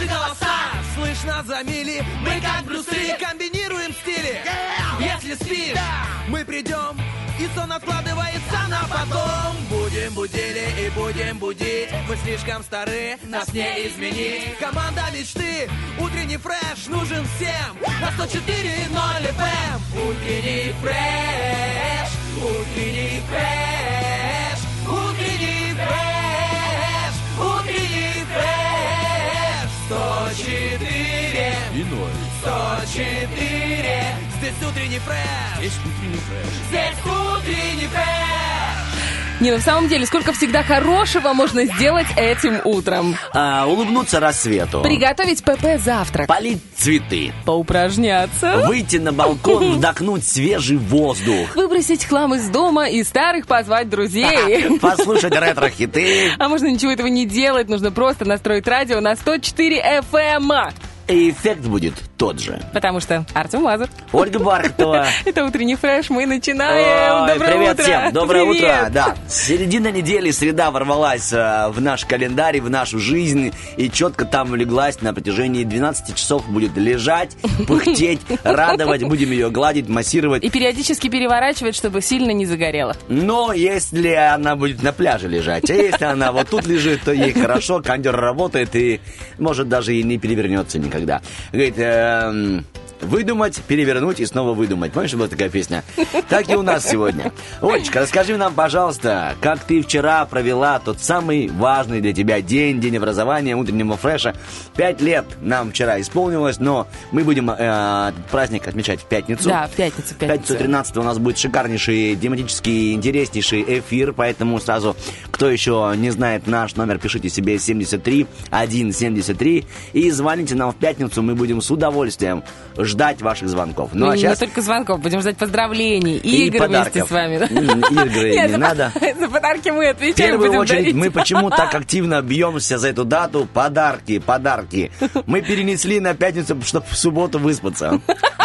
наши голоса слышно за мили. Мы как Брюс Ли комбинируем стили. Если спишь, мы придем, и сон откладывается на потом. Будем будили и будем будить. Мы слишком стары, нас не изменить. Команда мечты, утренний фреш нужен всем. На 104.0 FM. Утренний фреш, утренний фреш, утренний фреш, утренний фреш. 104 и 0. 104. Здесь утренний фреш. Здесь утренний фреш. Здесь утренний фреш. Не, ну в самом деле, сколько всегда хорошего можно сделать этим утром. Улыбнуться рассвету. Приготовить ПП завтрак. Полить цветы. Поупражняться. Выйти на балкон, вдохнуть свежий воздух. Выбросить хлам из дома и старых позвать друзей. Послушать ретро-хиты. А можно ничего этого не делать, нужно просто настроить радио на 104 FM. И эффект будет тот же. Потому что Артем Мазур, Ольга Бархатова. Это утренний фреш, мы начинаем. Доброе привет утро. Всем, доброе Привет. утро. Да, середина недели, среда ворвалась в наш календарь, в нашу жизнь и четко там улеглась на протяжении 12 часов. Будет лежать, пыхтеть, радовать, будем ее гладить, массировать. И периодически переворачивать, чтобы сильно не загорело. Но если она будет на пляже лежать, а если она вот тут лежит, то ей хорошо, кондер работает и может даже и не перевернется никогда. Говорит, выдумать, перевернуть и снова выдумать. Помнишь, была такая песня? Так и у нас сегодня. Олечка, расскажи нам, пожалуйста, как ты вчера провела тот самый важный для тебя день образования утреннего фреша. 5 лет нам вчера исполнилось, но мы будем этот праздник отмечать в пятницу. Да, в пятницу. 13 у нас будет шикарнейший, тематический, интереснейший эфир, поэтому сразу, кто еще не знает наш номер, пишите себе 73 173 и звоните нам в пятницу, мы будем с удовольствием ждать ваших звонков. Ну, а сейчас... Не только звонков, будем ждать поздравлений, игр вместе с вами. Игры не надо. За подарки мы В отвечаем. первую очередь, мы почему так активно бьемся за эту дату? Подарки. Мы перенесли на пятницу, чтобы в субботу выспаться.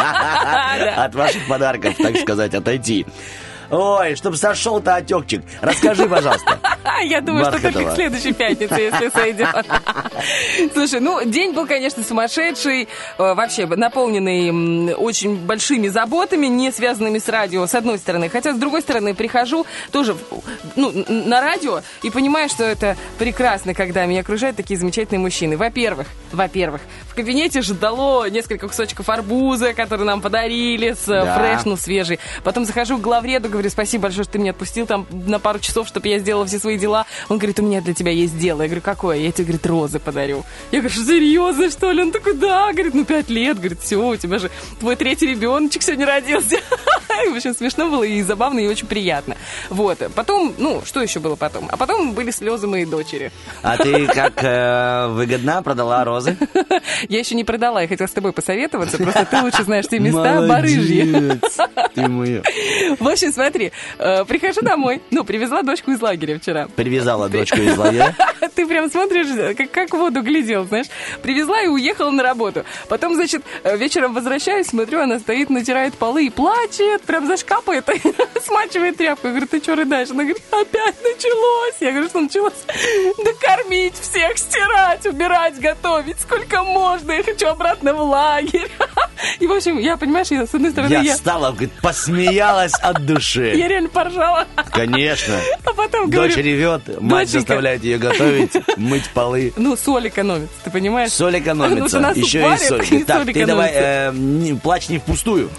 От ваших подарков, так сказать, отойти. Ой, чтобы сошел-то отекчик. Расскажи, пожалуйста. Я думаю, Бархатова. что только к следующей пятнице, если сойдет. Слушай, ну, день был, конечно, сумасшедший, вообще наполненный очень большими заботами, не связанными с радио, с одной стороны. Хотя, с другой стороны, прихожу тоже на радио и понимаю, что это прекрасно, когда меня окружают такие замечательные мужчины. Во-первых, в кабинете ждало несколько кусочков арбуза, которые нам подарили, фреш, свежий. Потом захожу к главреду, говорю, спасибо большое, что ты меня отпустил там на пару часов, чтобы я сделала все свои дела. Он говорит, у меня для тебя есть дело. Я говорю, какое? Я тебе, говорит, розы подарю. Я говорю, что серьезно, что ли? Он такой, да. Говорит, 5 лет. Говорит, все, у тебя же твой 3-й ребеночек сегодня родился. В общем, смешно было и забавно, и очень приятно. Вот. Потом, что еще было потом? А потом были слезы моей дочери. А ты как выгодно продала розы? Я еще не продала, я хотела с тобой посоветоваться. Просто ты лучше знаешь те места барыжьи. Ты моя. В общем, смотри, прихожу домой. Привезла дочку из лагеря вчера. Привязала дочку из лагеря. Ты прям смотришь, как в воду глядел, знаешь. Привезла и уехала на работу. Потом, значит, вечером возвращаюсь, смотрю, она стоит, натирает полы и плачет, прям зашкапает, смачивает тряпку. Я говорю, ты что рыдаешь? Она говорит, опять началось. Я говорю, что началось? Да кормить всех, стирать, убирать, готовить, сколько можно. Я хочу обратно в лагерь. И, в общем, я, понимаешь, с одной стороны... Я встала, говорит, посмеялась от души. Я реально поржала. Конечно. А потом говорю... Дочь ревет, мать заставляет ее готовить, мыть полы. Соль экономится, ты понимаешь? Соль экономится, еще и соль. Так, ты давай, плачь не впустую.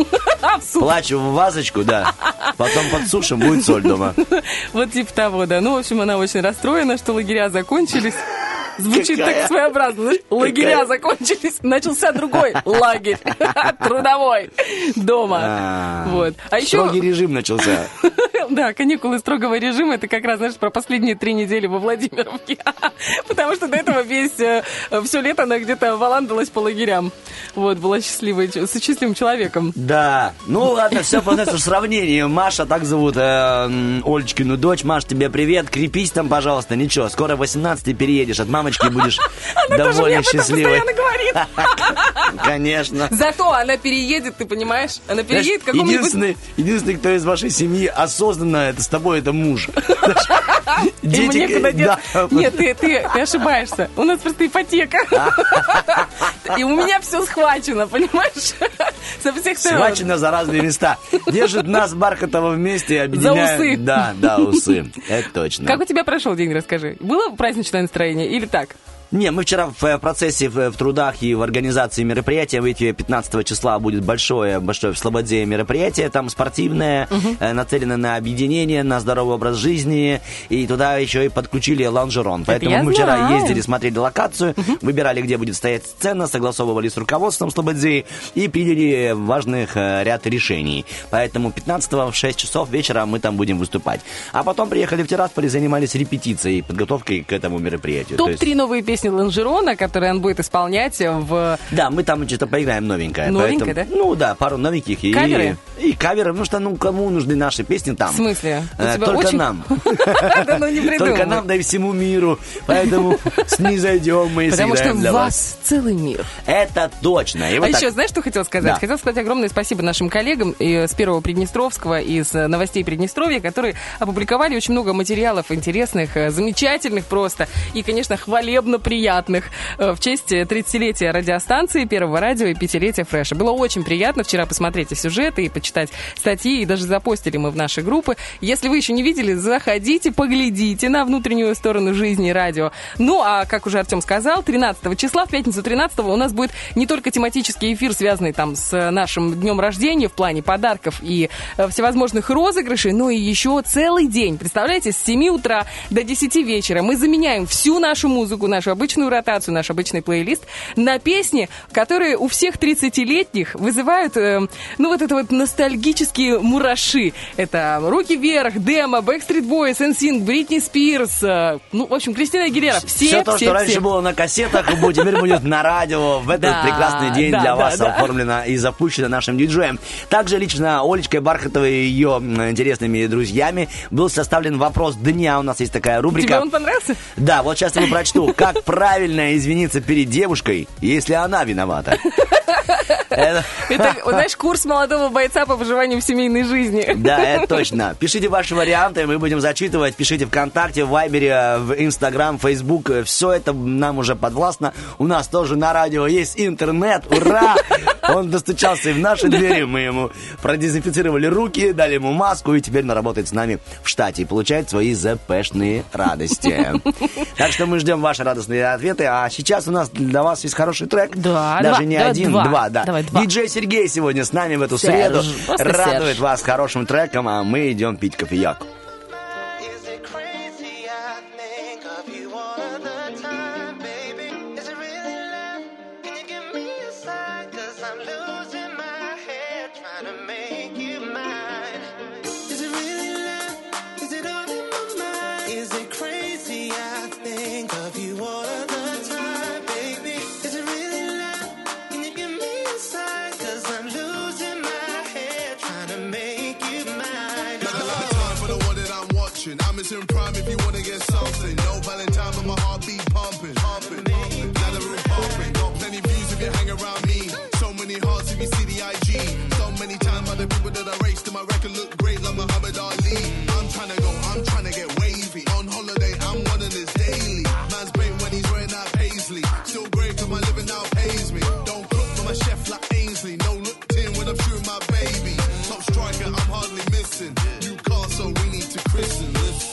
Плачь в вазочку, да. Потом подсушим, будет соль дома. Вот типа того, да. В общем, она очень расстроена, что лагеря закончились. Звучит так своеобразно. Лагеря закончились, начался другой лагерь. Трудовой. Дома. Вот. А еще... Строгий режим начался. Да, каникулы строгого режима. Это как раз, знаешь, про последние 3 недели во Владимировке. Потому что до этого все лето она где-то валандалась по лагерям. Вот, была счастливой, с счастливым человеком. Да. Ладно, все понятно в сравнении. Маша, так зовут Олечкину дочь. Маш, тебе привет. Крепись там, пожалуйста. Ничего, скоро 18-й переедешь. От мамы мамочки, будешь довольно счастливой. Она тоже мне об этом постоянно говорит. Конечно. Зато она переедет, ты понимаешь? Она переедет к какому-нибудь... Единственный, кто из вашей семьи осознанно это с тобой, это муж. Ему некуда деться. Нет, ты ошибаешься. У нас просто ипотека. И у меня все схвачено, понимаешь? Со всех сторон. Схвачено за разные места. Держит нас Бархатова вместе, объединяет. За усы. Да, усы. Это точно. Как у тебя прошел день, расскажи. Было праздничное настроение или так? Не, мы вчера в процессе, в трудах и в организации мероприятия, видите, 15 числа будет большое в Слободе мероприятие, там спортивное, нацеленное на объединение, на здоровый образ жизни, и туда еще и подключили лонжерон. Поэтому мы вчера ездили, смотрели локацию, выбирали, где будет стоять сцена, согласовывали с руководством Слободы и приняли важных ряд решений. Поэтому 15 в 6 часов вечера мы там будем выступать. А потом приехали в Тирасполь и занимались репетицией, подготовкой к этому мероприятию. Топ-3 новые песни Лонжерона, которые он будет исполнять в... Да, мы там что-то поиграем новенькое. Новенькое, да? Ну да, пару новеньких. Каверы? И каверы, потому что, кому нужны наши песни там? В смысле? Только нам. Да ну не придумай. Только нам, да и всему миру. Поэтому снизойдем мы и потому что для вас целый мир. Это точно. А еще, знаешь, что хотел сказать? Да. Хотел сказать огромное спасибо нашим коллегам с Первого Приднестровского, из новостей Приднестровья, которые опубликовали очень много материалов интересных, замечательных просто, и, конечно, хвалебно приятных в честь 30-летия радиостанции Первого радио и 5-летия Фреша. Было очень приятно вчера посмотреть и сюжеты, и почитать статьи, и даже запостили мы в наши группы. Если вы еще не видели, заходите, поглядите на внутреннюю сторону жизни радио. Ну, а, как уже Артем сказал, 13 числа, в пятницу 13-го, у нас будет не только тематический эфир, связанный там с нашим днем рождения в плане подарков и всевозможных розыгрышей, но и еще целый день. Представляете, с 7 утра до 10 вечера мы заменяем всю нашу музыку, нашу обычную ротацию, наш обычный плейлист на песни, которые у всех 30-летних вызывают, вот это вот ностальгические мураши. Это «Руки вверх», Демо, Backstreet Boys, NSYNC, Бритни Спирс, в общем, Кристина Агилера. Все то, что раньше было на кассетах, теперь будет на радио. В этот прекрасный день для вас оформлено и запущено нашим диджеем. Также лично Олечкой Бархатовой и ее интересными друзьями был составлен вопрос дня. У нас есть такая рубрика. Тебе он понравился? Да, вот сейчас я его прочту. Как правильно извиниться перед девушкой, если она виновата? Это, знаешь, курс молодого бойца по выживанию в семейной жизни. Да, это точно. Пишите ваши варианты, мы будем зачитывать. Пишите ВКонтакте, в Вайбере, в Инстаграм, Фейсбук. Все это нам уже подвластно. У нас тоже на радио есть интернет. Ура! Он достучался и в наши двери. Мы ему продезинфицировали руки, дали ему маску, и теперь он работает с нами в штате и получает свои ЗПшные радости. Так что мы ждем ваши радостные ответы. А сейчас у нас для вас есть хороший трек. Да, даже не один, два. Давай, два. Диджей Сергей сегодня с нами в эту среду. Радует вас хорошим треком, а мы идем пить кофеек. I'm in prime if you wanna get something. No Valentine, but my heart beat pumping. Ladder room pumping. Got plenty views if you hang around me. So many hearts if you see the IG. So many times other people that I raced, and my record look great like Muhammad Ali. I'm trying to get wavy. On holiday, I'm one of this daily. Man's brain when he's wearing that paisley. Still great cause my living now pays me. Don't cook for my chef like Ainsley. No looked in when I'm shooting my baby. Top striker, I'm hardly missing. New car, so we need to christen.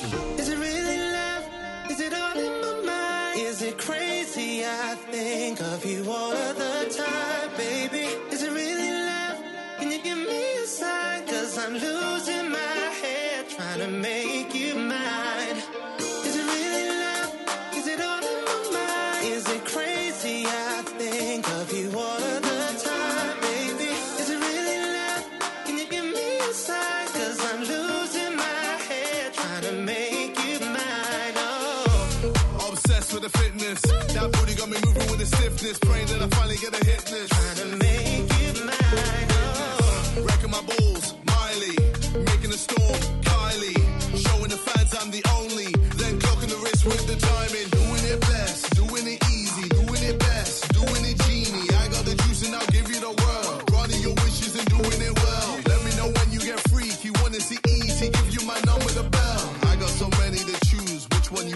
Crazy, I think of you all of the time, baby. Is it really love? Can you give me a sign? Cause I'm losing my head trying to make you mine. Is it really love? Is it all in my mind? Is it crazy? I think of you all of the time, baby. Is it really love? Can you give me a sign? Cause I'm losing my head trying to make you mine. Oh, obsessed with the fitness. That booty got me moving with the stiffness. Praying that I finally get a hit list. Trying to make you mine. Oh, wrecking my balls, Miley. Making a storm, Kylie. Showing the fans I'm the only. Then clocking the wrist with the timing. Doing it best, doing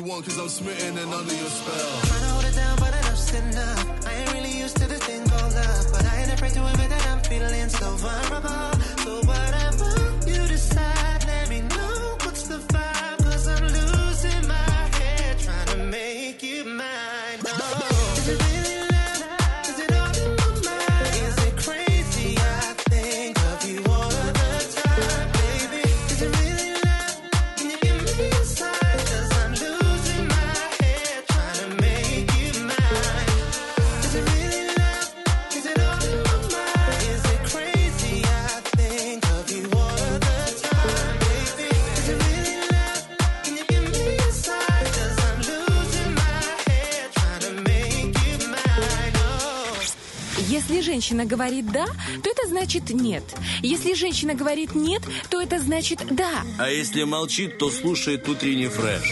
want, cause I'm smitten and under your spell. Trying to hold it down, but enough's enough. I ain't really used to this thing called love, but I ain't afraid to admit that I'm feeling so vulnerable. So whatever you decide, let me know what's the vibe, cause I'm losing my head trying to make you mine. Oh, is it really love? Is it all in my mind? Is it crazy? I think of you all of the time, baby. Is it really love? Can you give me a sign? Cause I'm losing my head trying to make you mine. Is it really love? Is it all in my mind? Is it crazy? I think of you all of the time, baby. Is it really love? Can you give me a sign? Cause I'm losing my head trying to make you mine. Oh. Если женщина говорит «да», то это значит «нет». Если женщина говорит «нет», то это значит «да». А если молчит, то слушает утренний фреш.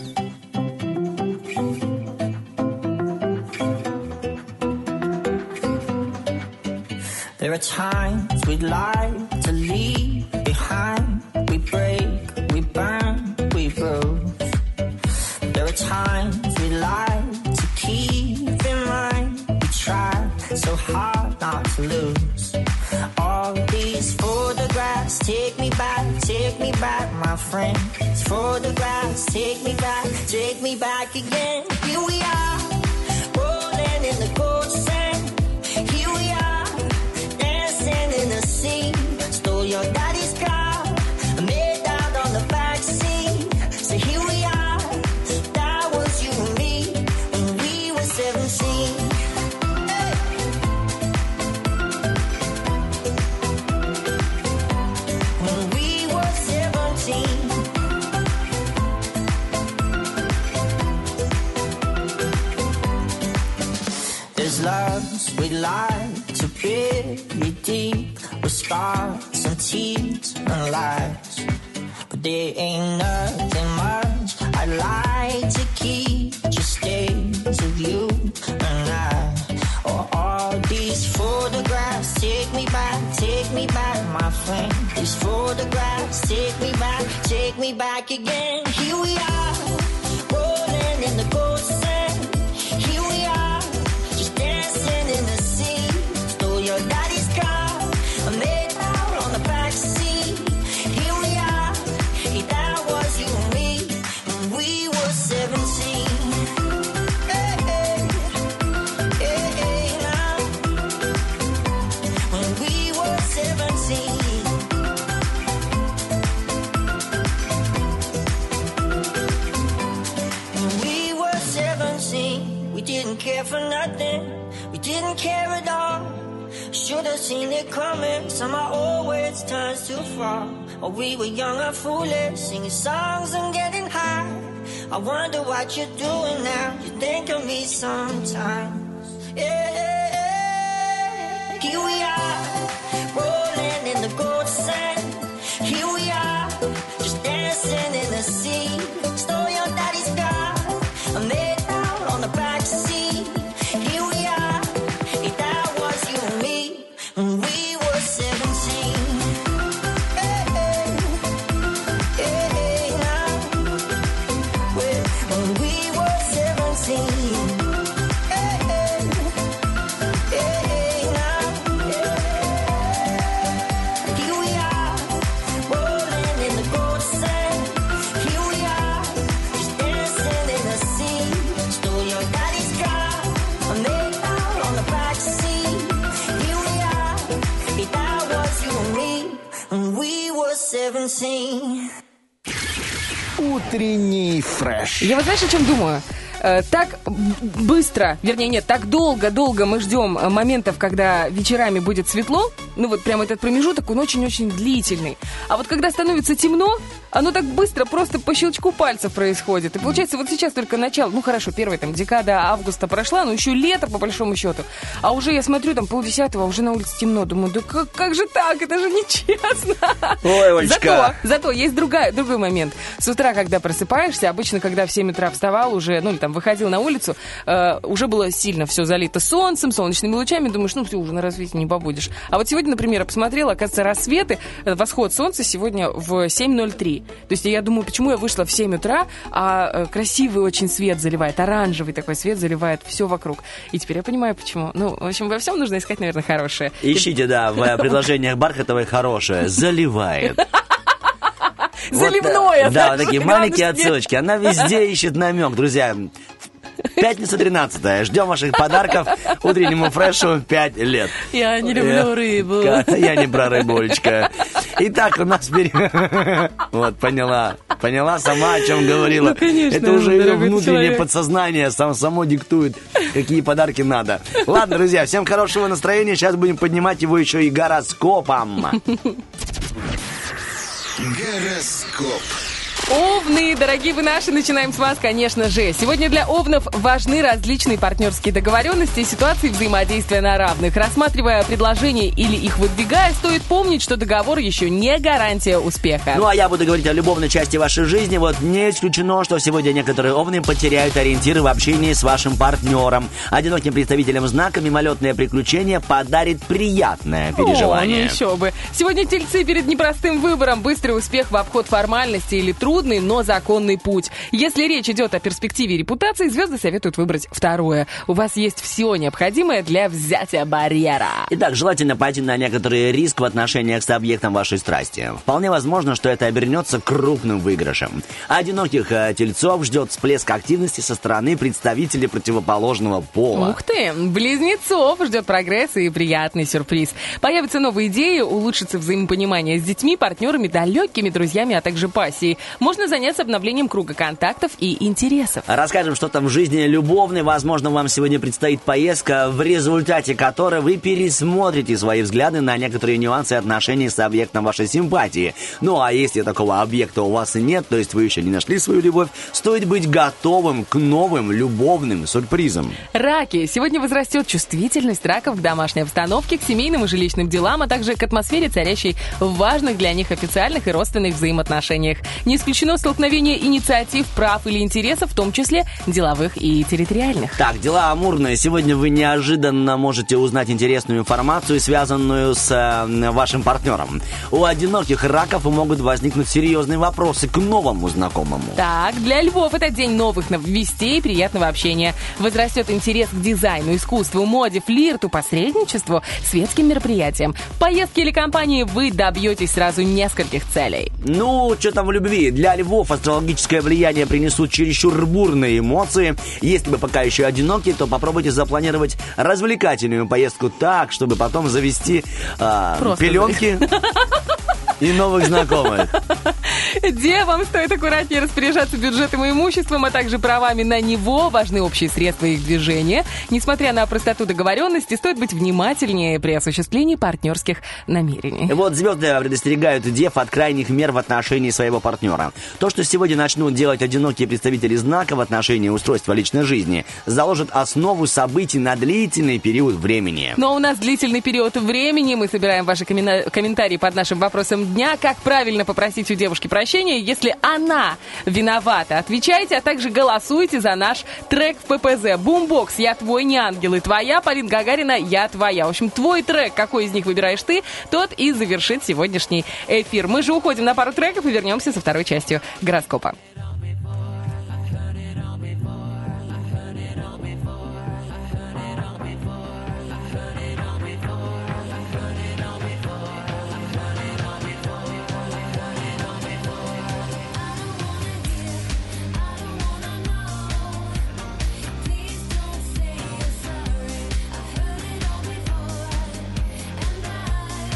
There are times we'd like to leave behind. We break, we burn, we bruise. There are times we'd like to keep in mind. We try so hard not to lose. All these photographs take me back, my friend. These photographs take me back again. Here we are, rolling in the cold sand. Here we are, dancing in the sea. Stole your daddy's car, made out on the backseat. So here we are, that was you and me when we were 17. Hey. When we were 17. There's loves we like to bury deep with scars and tears and lies. But there ain't nothing much I'd like to keep. Just stays of you and I. Oh, all these photographs take me back, my friend. These photographs take me back again. Here we are, rolling in the gold sand. Here we are, just dancing in the sea. Stole your daddy's car, I made out on the backseat. Here we are, hey, that was you and me when we were 17. Hey, hey, hey, hey, now. When we were 17. When we were 17, we didn't care for nothing. We didn't care at all. Should have seen it coming. Somehow always turns to fall. Or we were young and foolish, singing songs and getting high. I wonder what you're doing now. You think of me sometimes. Yeah. Here we are, rolling in the gold sand. Here we are, just dancing in the sea. Stole your daddy's car, I made out on the backseat. Here we are, hey, that was you and me when we were 17. Hey, hey, hey, hey, now. When we were 17. Hey, hey, hey, hey, now. Here we are, rolling in the gold sand. Here we are, just dancing in the sea. Stole your daddy's car, I made out on the backseat. Here we are, hey, that was you and me when we were 17. Утренний фреш. Я вот знаешь, о чем думаю? Так быстро, вернее, нет, так долго мы ждем моментов, когда вечерами будет светло. Ну вот прям этот промежуток, он очень-очень длительный. А вот когда становится темно, оно так быстро просто по щелчку пальцев происходит. И получается, вот сейчас только начало, ну хорошо, первая там декада августа прошла, но еще лето по большому счету. А уже я смотрю, там 9:30, уже на улице темно. Думаю, да как же так? Это же нечестно. Ой, Олечка. Зато есть другой момент. С утра утра, когда просыпаешься, обычно, когда в 7 утра вставал уже, ну, или там выходил на улицу, уже было сильно все залито солнцем, солнечными лучами, думаешь, ну, все, уже на рассвете не побудешь. А вот сегодня, например, я посмотрела, оказывается, рассветы, восход солнца сегодня в 7:03. То есть я думаю, почему я вышла в 7 утра, а красивый очень свет заливает, оранжевый такой свет заливает все вокруг. И теперь я понимаю, почему. Ну, в общем, во всем нужно искать, наверное, хорошее. Ищите, да, в предложениях Бархатовой хорошее. Заливает. Заливное. Вот, да, вот такие маленькие отсылочки. Она везде ищет намек, друзья. Пятница 13-е. Ждем ваших подарков. Утреннему фрешу 5 лет. Я не люблю рыбу. Я не про рыбулечка. Итак, у нас Вот, поняла. Поняла сама, о чем говорила. Ну, конечно, это уже ее внутреннее человек. подсознание само диктует, какие подарки надо. Ладно, друзья, всем хорошего настроения. Сейчас будем поднимать его еще и гороскопом. Гороскоп. Овны, дорогие вы наши, начинаем с вас, конечно же. Сегодня для овнов важны различные партнерские договоренности и ситуации взаимодействия на равных. Рассматривая предложения или их выдвигая, стоит помнить, что договор еще не гарантия успеха. Ну, а я буду говорить о любовной части вашей жизни. Вот не исключено, что сегодня некоторые овны потеряют ориентиры в общении с вашим партнером. Одиноким представителям знака мимолетное приключение подарит приятное переживание. О, ну еще бы. Сегодня тельцы перед непростым выбором. Быстрый успех в обход формальности или трудный, но законный путь. Если речь идет о перспективе и репутации, звезды советуют выбрать второе. У вас есть все необходимое для взятия барьера. Итак, желательно пойти на некоторый риск в отношениях с объектом вашей страсти. Вполне возможно, что это обернется крупным выигрышем. Одиноких тельцов ждет всплеск активности со стороны представителей противоположного пола. Ух ты! Близнецов ждет прогресс и приятный сюрприз. Появятся новые идеи, улучшится взаимопонимание с детьми, партнерами, далекими друзьями, а также пассией. Можно заняться обновлением круга контактов и интересов. Расскажем, что там в жизни любовной. Возможно, вам сегодня предстоит поездка, в результате которой вы пересмотрите свои взгляды на некоторые нюансы отношений с объектом вашей симпатии. Ну, а если такого объекта у вас и нет, то есть вы еще не нашли свою любовь, стоит быть готовым к новым любовным сюрпризам. Раки. Сегодня возрастет чувствительность раков к домашней обстановке, к семейным и жилищным делам, а также к атмосфере, царящей в важных для них официальных и родственных взаимоотношениях. Не исключено столкновение инициатив, прав или интересов, в том числе деловых и территориальных. Так, дела амурные. Сегодня вы неожиданно можете узнать интересную информацию, связанную с вашим партнером. У одиноких раков могут возникнуть серьезные вопросы к новому знакомому. Так, для львов это день новых вестей и приятного общения. Возрастет интерес к дизайну, искусству, моде, флирту, посредничеству, светским мероприятиям. В поездке или компании вы добьетесь сразу нескольких целей. Ну, что там в любви? Для львов астрологическое влияние принесут чересчур бурные эмоции. Если вы пока еще одиноки, то попробуйте запланировать развлекательную поездку так, чтобы потом завести пеленки и новых знакомых. Девам стоит аккуратнее распоряжаться бюджетом и имуществом, а также правами на него. Важны общие средства их движения. Несмотря на простоту договоренности, стоит быть внимательнее при осуществлении партнерских намерений. Вот звезды предостерегают дев от крайних мер в отношении своего партнера. То, что сегодня начнут делать одинокие представители знака в отношении устройства личной жизни, заложит основу событий на длительный период времени. Но у нас длительный период времени. Мы собираем ваши комментарии под нашим вопросом дня. Как правильно попросить у девушки прощения, если она виновата? Отвечайте, а также голосуйте за наш трек в ППЗ. Бумбокс «Я твой, не ангел» и твоя. Полина Гагарина «Я твоя». В общем, твой трек, какой из них выбираешь ты, тот и завершит сегодняшний эфир. Мы же уходим на пару треков и вернемся со второй частью гороскопа.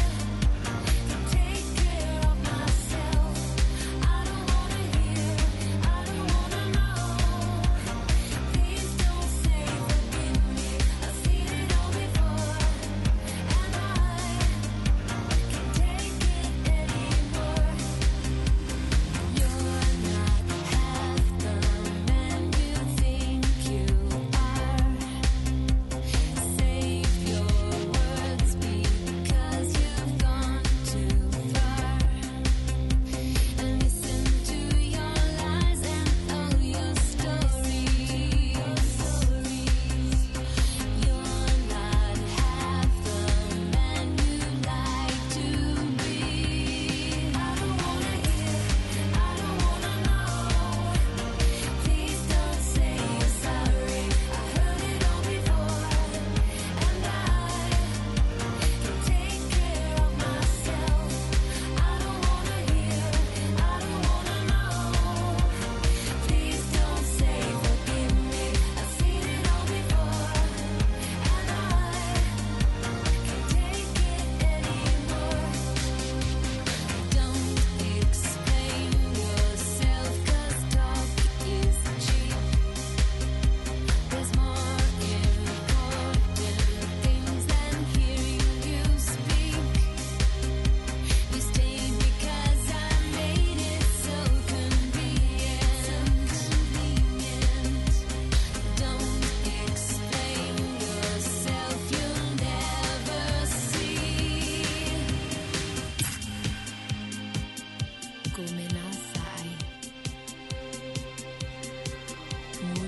Take care of myself. I don't wanna hear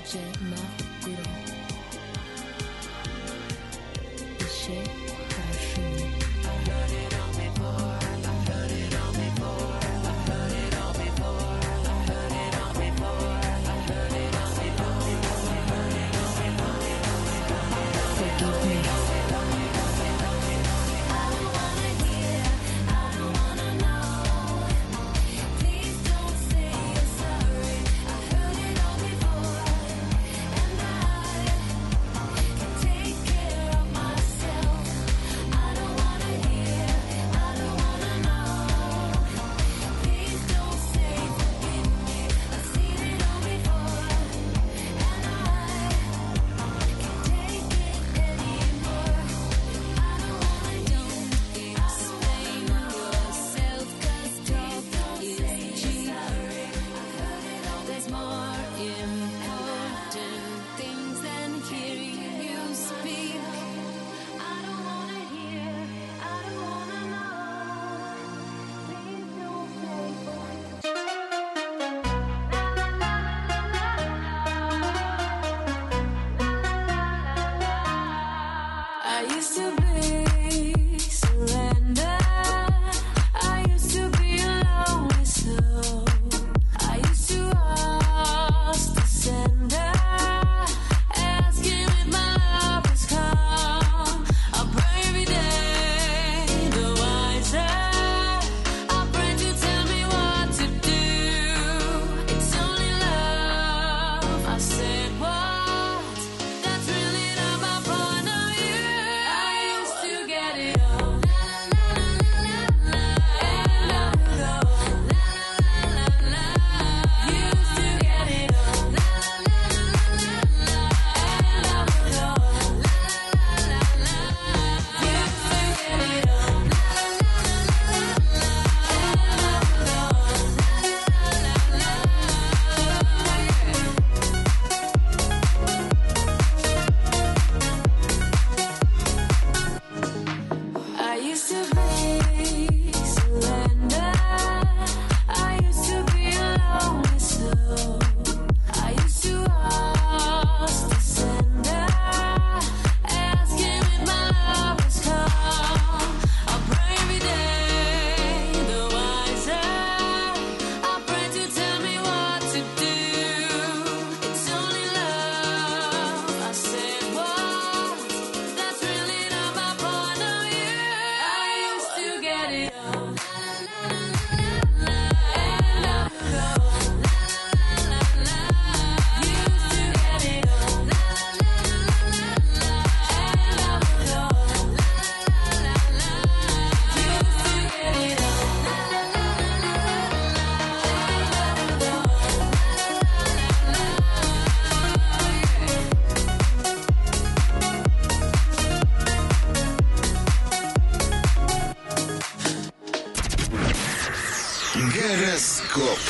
Гороскоп.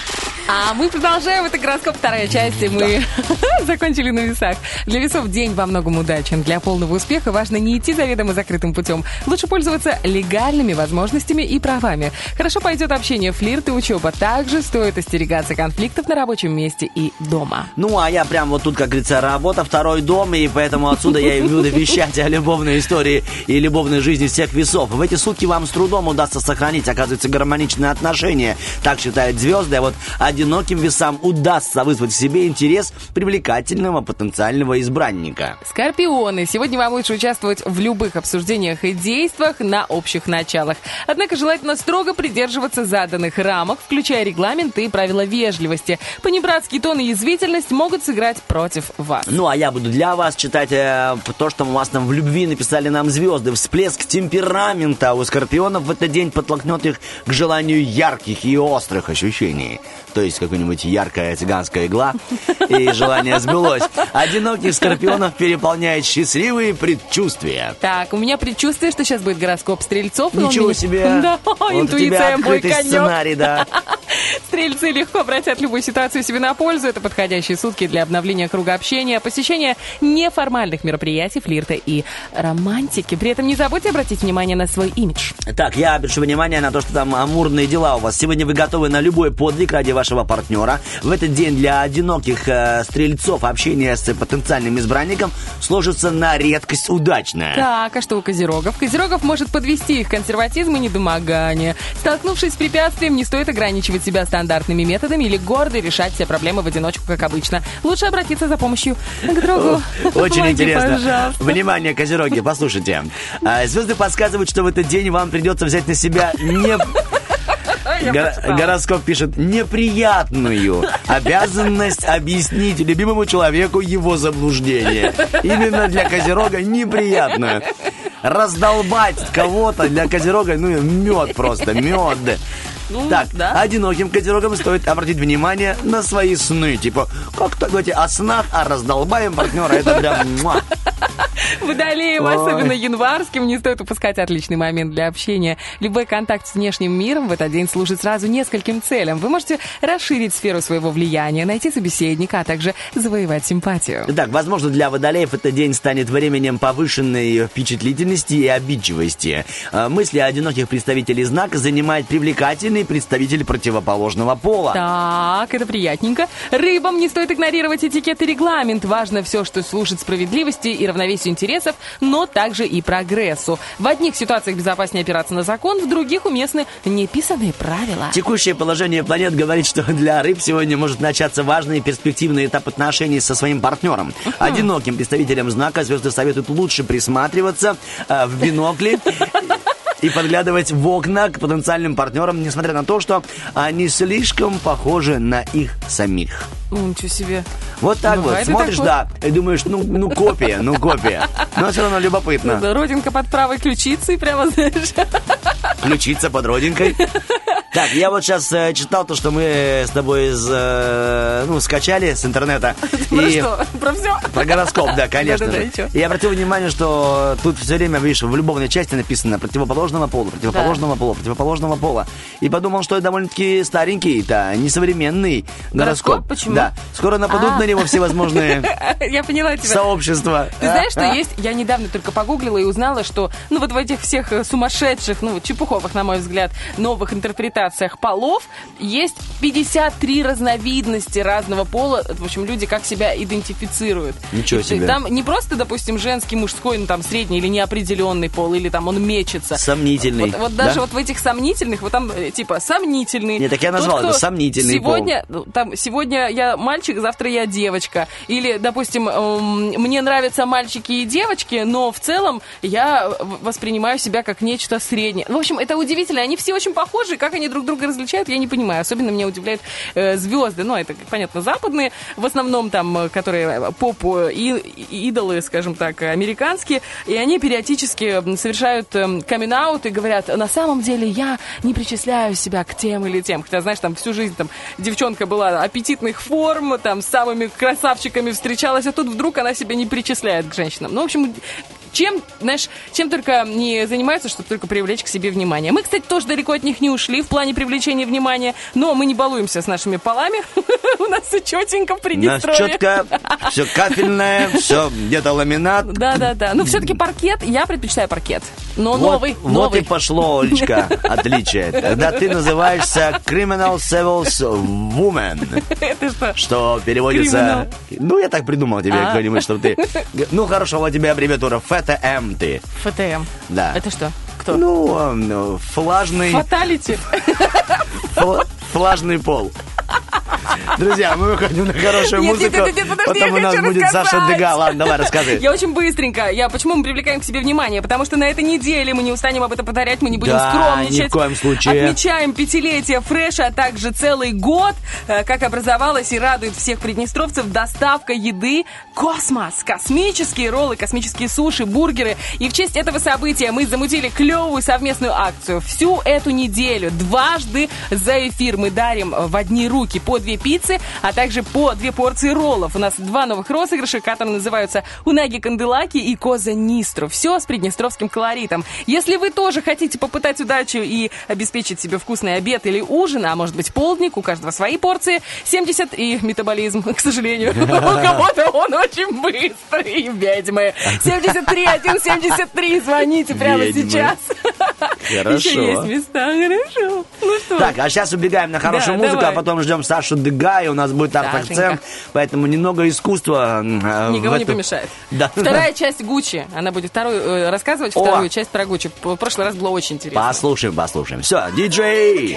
А мы продолжаем. Это гороскоп, вторая часть, и мы закончили на весах. Для весов день во многом удачен. Для полного успеха важно не идти заведомо закрытым путем. Лучше пользоваться легальными возможностями и правами. Хорошо пойдет общение, флирт и учеба. Также стоит остерегаться конфликтов на рабочем месте и дома. Ну, а я прям вот тут, как говорится, работа, второй дом, и поэтому отсюда я и буду вещать о любовной истории и любовной жизни всех весов. В эти сутки вам с трудом удастся сохранить, оказывается, гармоничные отношения. Так считают звезды, а вот одиноким весам удастся вызвать в себе интерес привлекательного потенциального избранника. Скорпионы. Сегодня вам лучше участвовать в любых обсуждениях и действиях на общих началах. Однако желательно строго придерживаться заданных рамок, включая регламенты и правила вежливости. Понебратский тон и язвительность могут сыграть против вас. Ну, а я буду для вас читать то, что у вас там в любви написали нам звезды. Всплеск темперамента у скорпионов в этот день подтолкнет их к желанию ярких и острых ощущений. То есть какая-нибудь яркая цыганская игла, и желание сбылось. Одиноких скорпионов переполняет счастливые предчувствия. Так, у меня предчувствие, что сейчас будет гороскоп стрельцов. Ничего себе! Да, вот интуиция мой конек. Сценарий, да. Стрельцы легко обратят любую ситуацию себе на пользу. Это подходящие сутки для обновления круга общения, посещения неформальных мероприятий, флирта и романтики. При этом не забудьте обратить внимание на свой имидж. Так, я обращу внимание на то, что там амурные дела у вас. Сегодня вы готовы на любой подвиг ради вашего вашего партнера. В этот день для одиноких стрельцов общение с потенциальным избранником сложится на редкость удачно. Так, а что у козерогов? Козерогов может подвести их консерватизм и недомогание. Столкнувшись с препятствием, не стоит ограничивать себя стандартными методами или гордо решать все проблемы в одиночку, как обычно. Лучше обратиться за помощью к другу. Очень Помоги, интересно. пожалуйста. Внимание, козероги, послушайте. Звезды подсказывают, что в этот день вам придется взять на себя гороскоп пишет неприятную обязанность объяснить любимому человеку его заблуждение. Именно для козерога неприятную. Раздолбать кого-то для козерога, мед просто, мед. Так, да. Одиноким козерогам стоит обратить внимание на свои сны. Типа, как-то говорите о снах, а раздолбаем партнера, это прям... Водолеям, особенно январским, не стоит упускать отличный момент для общения. Любой контакт с внешним миром в этот день служит сразу нескольким целям. Вы можете расширить сферу своего влияния, найти собеседника, а также завоевать симпатию. Так, возможно, для водолеев этот день станет временем повышенной впечатлительности и обидчивости. Мысли одиноких представителей знака занимает привлекательный представитель противоположного пола. Так, это приятненько. Рыбам не стоит игнорировать этикет и регламент. Важно все, что служит справедливости и равновесию интересов, но также и прогрессу. В одних ситуациях безопаснее опираться на закон, в других уместны неписанные правила. Текущее положение планет говорит, что для рыб сегодня может начаться важный и перспективный этап отношений со своим партнером. Одиноким представителям знака звезды советуют лучше присматриваться в бинокли и подглядывать в окна к потенциальным партнерам, несмотря на то, что они слишком похожи на их самих. Ничего себе. Вот так Бывает вот, смотришь, такое? да, и думаешь, копия. Но все равно любопытно. Родинка под правой ключицей, прямо, знаешь. Ключица под родинкой. Так, я вот сейчас читал то, что мы с тобой скачали с интернета. Про что? Про все? Про гороскоп, да, конечно Да-да-да, же. и чё? И я обратил внимание, что тут все время, видишь, в любовной части написано противоположного пола. И подумал, что это довольно-таки старенький, несовременный гороскоп. Почему? Да. Скоро нападут на него всевозможные Я поняла тебя. сообщества. Ты знаешь, что есть? Я недавно только погуглила и узнала, что вот в этих всех сумасшедших, чепуховых, на мой взгляд, новых интерпретациях полов есть 53 разновидности разного пола. В общем, люди как себя идентифицируют. Ничего себе. Там не просто, допустим, женский, мужской, средний или неопределенный пол, или там он мечется. Сомнительный. Вот даже да? вот в этих сомнительных, вот там типа сомнительный. Не, так я назвал это сомнительный сегодня я мальчик, завтра я девочка. Или, допустим, мне нравятся мальчики и девочки, но в целом я воспринимаю себя как нечто среднее. В общем, это удивительно. Они все очень похожи. Как они друг друга различают, я не понимаю. Особенно меня удивляют звезды. Это, понятно, западные, в основном там, которые поп-идолы, скажем так, американские. И они периодически совершают камин-аут и говорят, на самом деле я не причисляю себя к тем или тем. Хотя, знаешь, там всю жизнь девчонка была аппетитных форм, с самыми красавчиками встречалась, а тут вдруг она себя не причисляет к женщинам. В общем, чем только не занимаются, чтобы только привлечь к себе внимание. Мы, кстати, тоже далеко от них не ушли в плане привлечения внимания, но мы не балуемся с нашими полами. У нас все четенько в Приднестровье. У нас четко, все кафельное, все где-то ламинат. Да. Но все-таки паркет, я предпочитаю паркет. Но новый. Вот и пошло, Олечка, отличие. Тогда ты называешься Criminal Civils Woman. Это что? Что переводится... я так придумал тебе какой-нибудь, чтобы ты... хорошо, вот тебе аббревиатура ФТМ ты. ФТМ? Да. Это что? Кто? Флажный... Фаталити. Флажный пол. Друзья, мы выходим на хорошую музыку. Нет, подожди, потом у нас будет Саша Дега. Ладно, давай, рассказывай. Я очень быстренько. Почему мы привлекаем к себе внимание? Потому что на этой неделе мы не устанем об этом повторять, мы не будем скромничать. Ни в коем случае. Отмечаем 5-летие Фреша, а также целый год, как образовалась и радует всех приднестровцев доставка еды «Космос». Космические роллы, космические суши, бургеры. И в честь этого события мы замутили клевую совместную акцию. Всю эту неделю дважды за эфир мы дарим в одни руки по 2 пиццы, а также по 2 порции роллов. У нас 2 новых розыгрыша, которые называются «Унаги Канделаки» и «Коза Нистру». Все с приднестровским колоритом. Если вы тоже хотите попытать удачу и обеспечить себе вкусный обед или ужин, а может быть полдник, у каждого свои порции, 70 и метаболизм, к сожалению. У кого-то он очень быстрый, ведьмы. 73 173, звоните прямо сейчас. Хорошо. Еще есть места, хорошо. Ну что? Так, а сейчас убегаем на хорошую музыку, давай. а потом ждем Сашу Дегая, у нас будет арт-акцент, Сашенька. поэтому немного искусства. Никого не помешает. Да. Вторая часть Гуччи. Она будет рассказывать вторую часть про Гуччи. В прошлый раз было очень интересно. Послушаем. Все, диджей!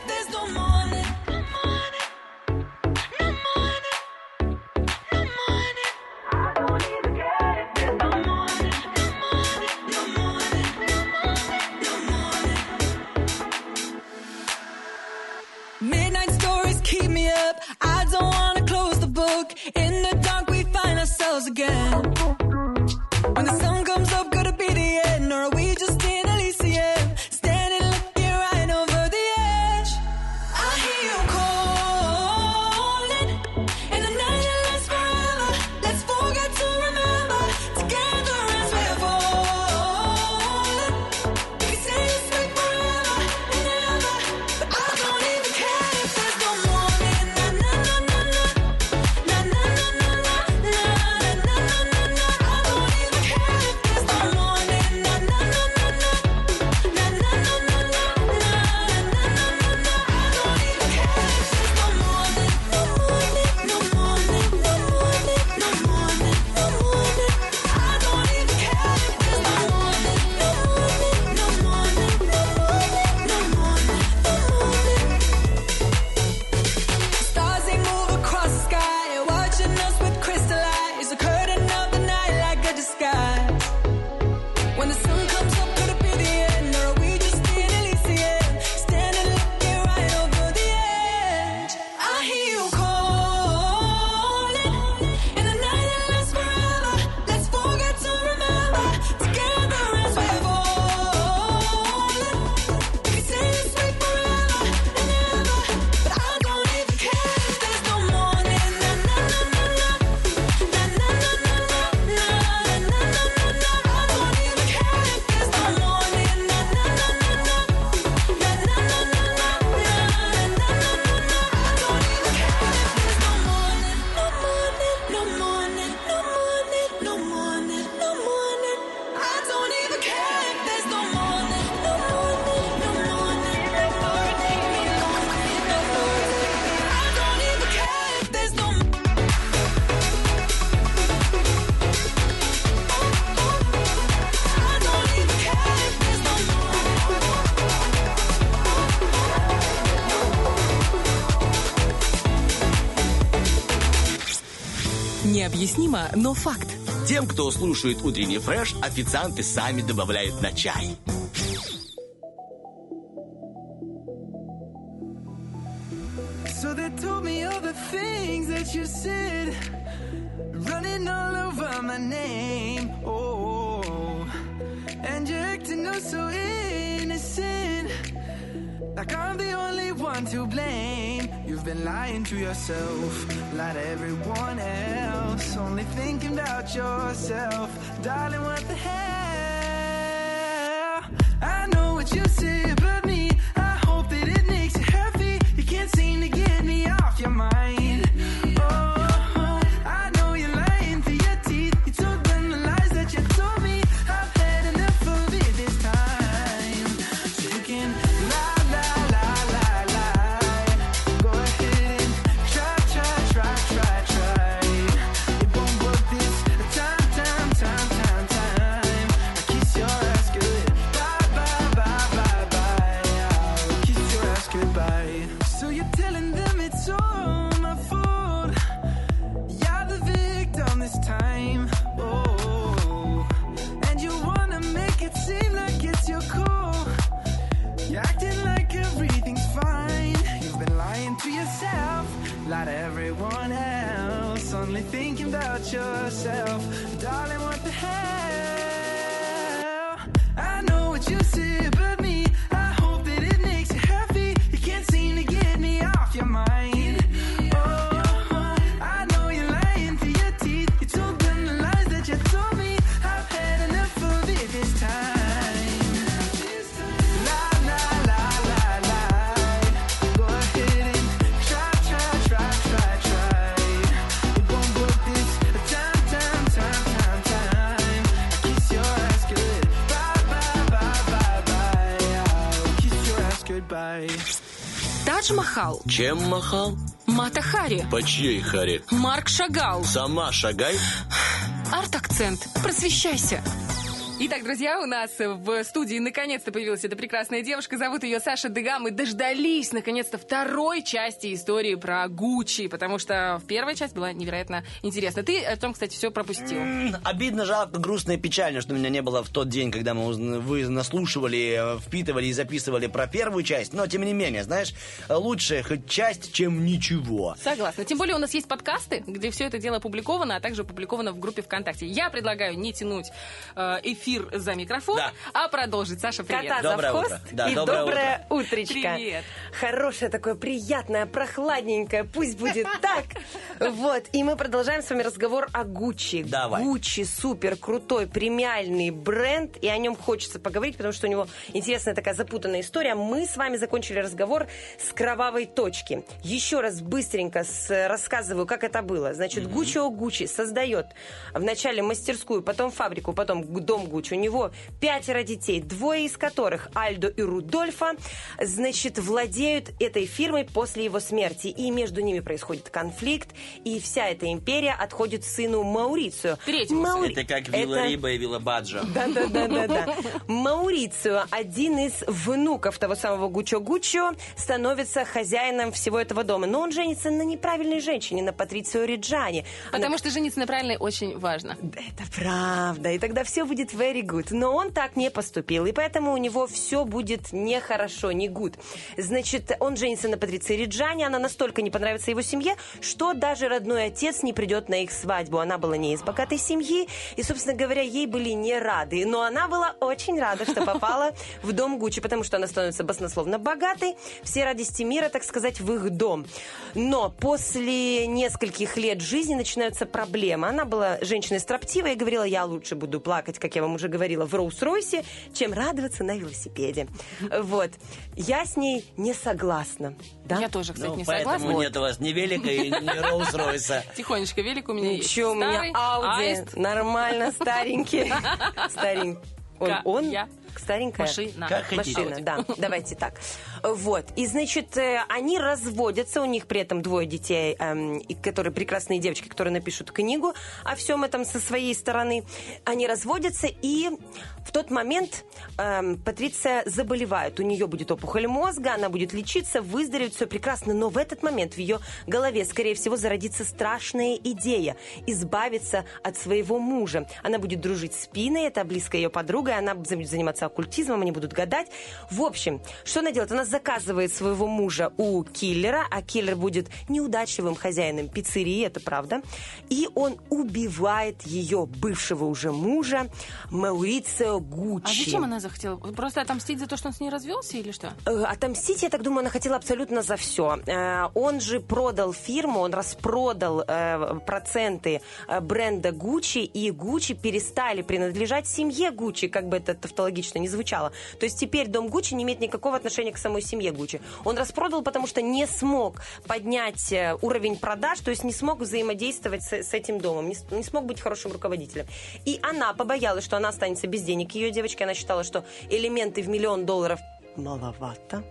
Midnight stories keep me up. I don't wanna close the book. In the dark we find ourselves again. When the sun comes up, could it be the end? Or are we just in Elysium? Standing looking right over the edge. I hear you calling. In the night that lasts forever. Let's forget to remember. Together as we're falling. We can say this way forever and ever. But I don't even care if there's no morning. Na na na na na. Na na na na na. Na na na na na. I don't even care if there's no morning. Na na na na na. Na na na na na. Na na na na na. I don't even care if there's no morning. No morning. No morning. No morning. No morning. No morning. I don't even care if there's no morning. No morning. No morning. No morning. No morning. No morning. Stars they move across the sky, watching us with crystal eyes. A curtain of the night like a disguise. When the sun comes up, could it be the end? Or are we just in Elysium? Standing looking right over the edge. I hear you calling. In the night that lasts forever. Let's forget to remember. Together as we're falling. We can say this way forever and ever. But I don't even care if there's no morning. Na na na na na. Na na na na na. Na na na na na. I don't even care if there's no morning. Na na na na na. Na na na na na. Na na na na na. I don't even care if there's no morning. No morning. No morning. No morning. No morning. No morning. I don't even care if there's no morning. No morning. No morning. No morning. No morning. No morning. I don't even care if there's no I don't even care if there's no Необъяснимо, но факт. Тем, кто слушает утренний фреш, официанты сами добавляют на чай. So they told me all the things that you said, running all over my name. Oh, and you're acting oh so innocent, like I'm the only one to blame. You've been lying to yourself, lied to everyone else, only thinking about yourself. Darling, what the hell? I know what you say about me. I hope that it makes you happy. You can't seem to get me off your mind. Oh, I know you're lying through your teeth. You told them the lies that you told me. I've had enough of it this time. So you can lie, lie, lie, lie, lie. Go ahead and try, try, try, try, try. It won't work this time, time, time, time, time. I kiss your ass good. Bye, bye, bye, bye, bye. I'll kiss your ass goodbye. So you're telling them it's all my fault. You're the victim this time. Oh, and you wanna make it seem like it's your call. You're acting like everything's fine. You've been lying to yourself, lie to everyone else, only thinking about yourself. Darling, what the hell? I know what you say about me. I hope that it makes you happy. You can't seem to get me off your mind. Oh, I know you're lying through your teeth. You told them the lies that you told me. I've had enough of it this time. Lie, lie, lie, lie, lie. Go ahead and try, try, try, try, try. It won't work this time, time, time, time, time. I kiss your ass good. Bye, bye, bye, bye, bye. Тадж Махал, Чем махал? Мата Хари, По чьей харе? Марк Шагал, Сама шагай. арт-акцент. Просвещайся. Итак, друзья, у нас в студии наконец-то появилась эта прекрасная девушка. Зовут ее Саша Дега. Мы дождались, наконец-то, второй части истории про Гуччи, потому что первая часть была невероятно интересна. Ты, Артем, кстати, все пропустил. Обидно, жалко, грустно и печально, что меня не было в тот день, когда вы наслушивали, впитывали и записывали про первую часть. Но, тем не менее, знаешь, лучше хоть часть, чем ничего. Согласна. Тем более у нас есть подкасты, где все это дело опубликовано, а также опубликовано в группе ВКонтакте. Я предлагаю не тянуть эфир за микрофон, Да. а продолжить. Саша, привет. Кота за Доброе хвост утро. Да, и доброе доброе утречко. Привет. Хорошее такое, приятное, прохладненькое, пусть будет так. Вот, и мы продолжаем с вами разговор о Гуччи. Давай. Гуччи супер крутой, премиальный бренд, и о нем хочется поговорить, потому что у него интересная такая запутанная история. Мы с вами закончили разговор с кровавой точки. Еще раз быстренько рассказываю, как это было. Значит, Гуччо Гуччи создает вначале мастерскую, потом фабрику, потом дом Гуччи. У него 5 детей, 2 из которых, Альдо и Рудольфо, значит, владеют этой фирмой после его смерти. И между ними происходит конфликт, и вся эта империя отходит сыну Маурицио. Третьему Это как Вилла Риба и Вилла Баджо. Да. Маурицио, один из внуков того самого Гуччо, становится хозяином всего этого дома. Но он женится на неправильной женщине, на Патрицио Реджани. Потому что жениться на правильной очень важно. Это правда. И тогда все будет very good. Но он так не поступил. И поэтому у него все будет нехорошо, не good. Значит, он женится на Патриции Реджани. Она настолько не понравится его семье, что даже родной отец не придет на их свадьбу. Она была не из богатой семьи. И, собственно говоря, ей были не рады. Но она была очень рада, что попала в дом Гуччи, потому что она становится баснословно богатой. Все радости мира, так сказать, в их дом. Но после нескольких лет жизни начинаются проблемы. Она была женщиной строптивой и говорила: я лучше буду плакать, как я вам уже говорила, в Роуз-Ройсе, чем радоваться на велосипеде. Вот. Я с ней не согласна. Да? Я тоже, кстати, не Поэтому согласна. нет у вас ни велика и ни Роуз-Ройса. Тихонечко, велик у меня есть. Ничего, у меня Старый Ауди. аист. Нормально, старенький. Старенький. Он Я. старенькая Машина. Как хотите. машина, да, давайте так. Вот, и, значит, они разводятся, у них при этом 2 детей, которые прекрасные девочки, которые напишут книгу о всем этом со своей стороны. Они разводятся, и в тот момент Патриция заболевает. У нее будет опухоль мозга, она будет лечиться, выздороветь, все прекрасно. Но в этот момент в ее голове, скорее всего, зародится страшная идея избавиться от своего мужа. Она будет дружить с Пиной, это близкая ее подруга, и она будет заниматься оккультизмом, они будут гадать. В общем, что она делает? Она заказывает своего мужа у киллера, а киллер будет неудачливым хозяином пиццерии, это правда. И он убивает ее бывшего уже мужа Маурицио Гуччи. А зачем она захотела? Просто отомстить за то, что он с ней развелся или что? Отомстить, я так думаю, она хотела абсолютно за все. Он же продал фирму, он распродал проценты бренда Гуччи, и Гуччи перестали принадлежать семье Гуччи, как бы это тавтологично не звучало. То есть теперь дом Гуччи не имеет никакого отношения к самой семье Гуччи. Он распродал, потому что не смог поднять уровень продаж, то есть не смог взаимодействовать с этим домом, не смог быть хорошим руководителем. И она побоялась, что она останется без денег, ее девочки. Она считала, что элементы в $1 миллион маловато,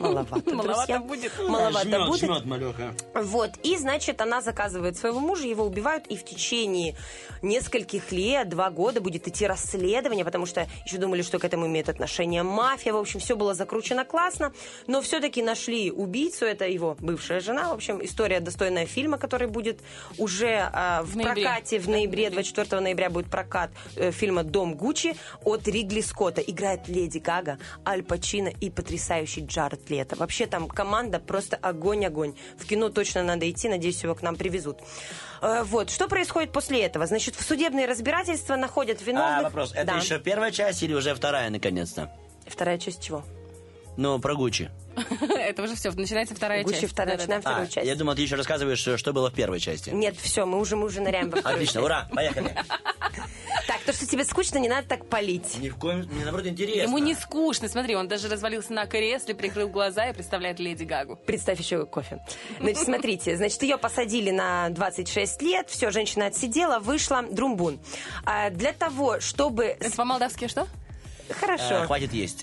друзья. Маловато будет. Жмет, малёха. Вот, и, значит, она заказывает своего мужа, его убивают, и в течение нескольких лет, 2 года будет идти расследование, потому что еще думали, что к этому имеет отношение мафия. В общем, все было закручено классно, но все-таки нашли убийцу, это его бывшая жена. В общем, история достойная фильма, который будет уже в прокате в ноябре, 24 ноября будет прокат фильма «Дом Гуччи» от Ридли Скотта. Играет Леди Гага, Аль Пачино и потрясающий Джаред Лето. Вообще там команда просто огонь-огонь. В кино точно надо идти, надеюсь, его к нам привезут. Вот, что происходит после этого? Значит, в судебные разбирательства находят виновных. Вопрос, это Да. еще первая часть или уже вторая, наконец-то? Вторая часть чего? Ну, про Гуччи. Это уже все, начинается вторая Гуччи часть. вторая, начинаем вторую часть. Я думал, ты еще рассказываешь, что было в первой части. Нет, все, мы уже ныряем во вторую Отлично, часть. ура, поехали. Так, то, что тебе скучно, не надо так палить. Ни в коем... Мне, наоборот, интересно. Ему не скучно, смотри, он даже развалился на кресле, прикрыл глаза и представляет Леди Гагу. Представь еще кофе. Значит, смотрите, ее посадили на 26 лет, все, женщина отсидела, вышла, друмбун. Для того, чтобы... Это по-молдавски что? Хорошо. Хватит есть.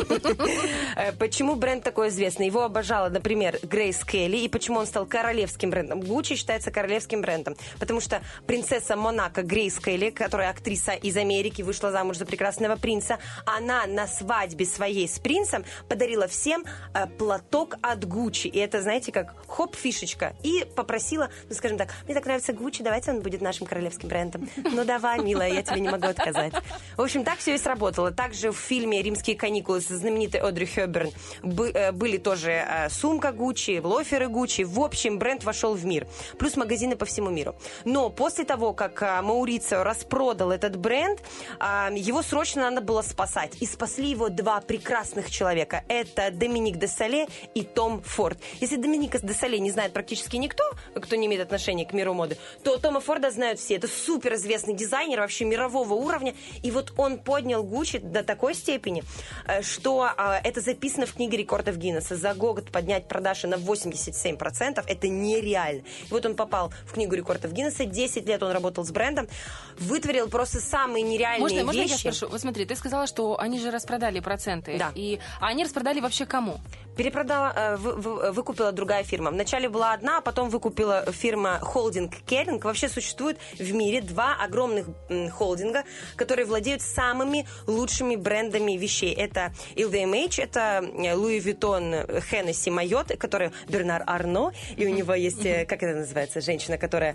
Почему бренд такой известный? Его обожала, например, Грейс Келли. И почему он стал королевским брендом? Гуччи считается королевским брендом. Потому что принцесса Монако Грейс Келли, которая актриса из Америки, вышла замуж за прекрасного принца, она на свадьбе своей с принцем подарила всем платок от Гуччи. И это, знаете, как хоп, фишечка. И попросила, ну, скажем так, мне так нравится Гуччи, давайте он будет нашим королевским брендом. Ну, давай, милая, я тебе не могу отказать. В общем, так все и сработало. Также в фильме «Римские каникулы» с знаменитой Одри Хёбберн были тоже сумка Гуччи, лоферы Гуччи. В общем, бренд вошел в мир. Плюс магазины по всему миру. Но после того, как Маурицио распродал этот бренд, его срочно надо было спасать. И спасли его два прекрасных человека. Это Доминик де Соле и Том Форд. Если Доминика де Соле не знает практически никто, кто не имеет отношения к миру моды, то Тома Форда знают все. Это суперизвестный дизайнер вообще мирового уровня. И вот он поднял Гуччи до такой степени, что это записано в книге рекордов Гиннесса. За год поднять продажи на 87% это нереально. И вот он попал в книгу рекордов Гиннесса. 10 лет он работал с брендом. Вытворил просто самые нереальные вещи. Можно я спрошу? Вот смотри, ты сказала, что они же распродали проценты. Да. А они распродали вообще кому? Перепродала, выкупила другая фирма. Вначале была одна, а потом выкупила фирма холдинг Kering. Вообще существует в мире два огромных холдинга, которые владеют самыми лучшими брендами вещей. Это LVMH, это Louis Vuitton, Hennessy, Mayotte, который Бернар Арно, и у него есть, как это называется, женщина, которая...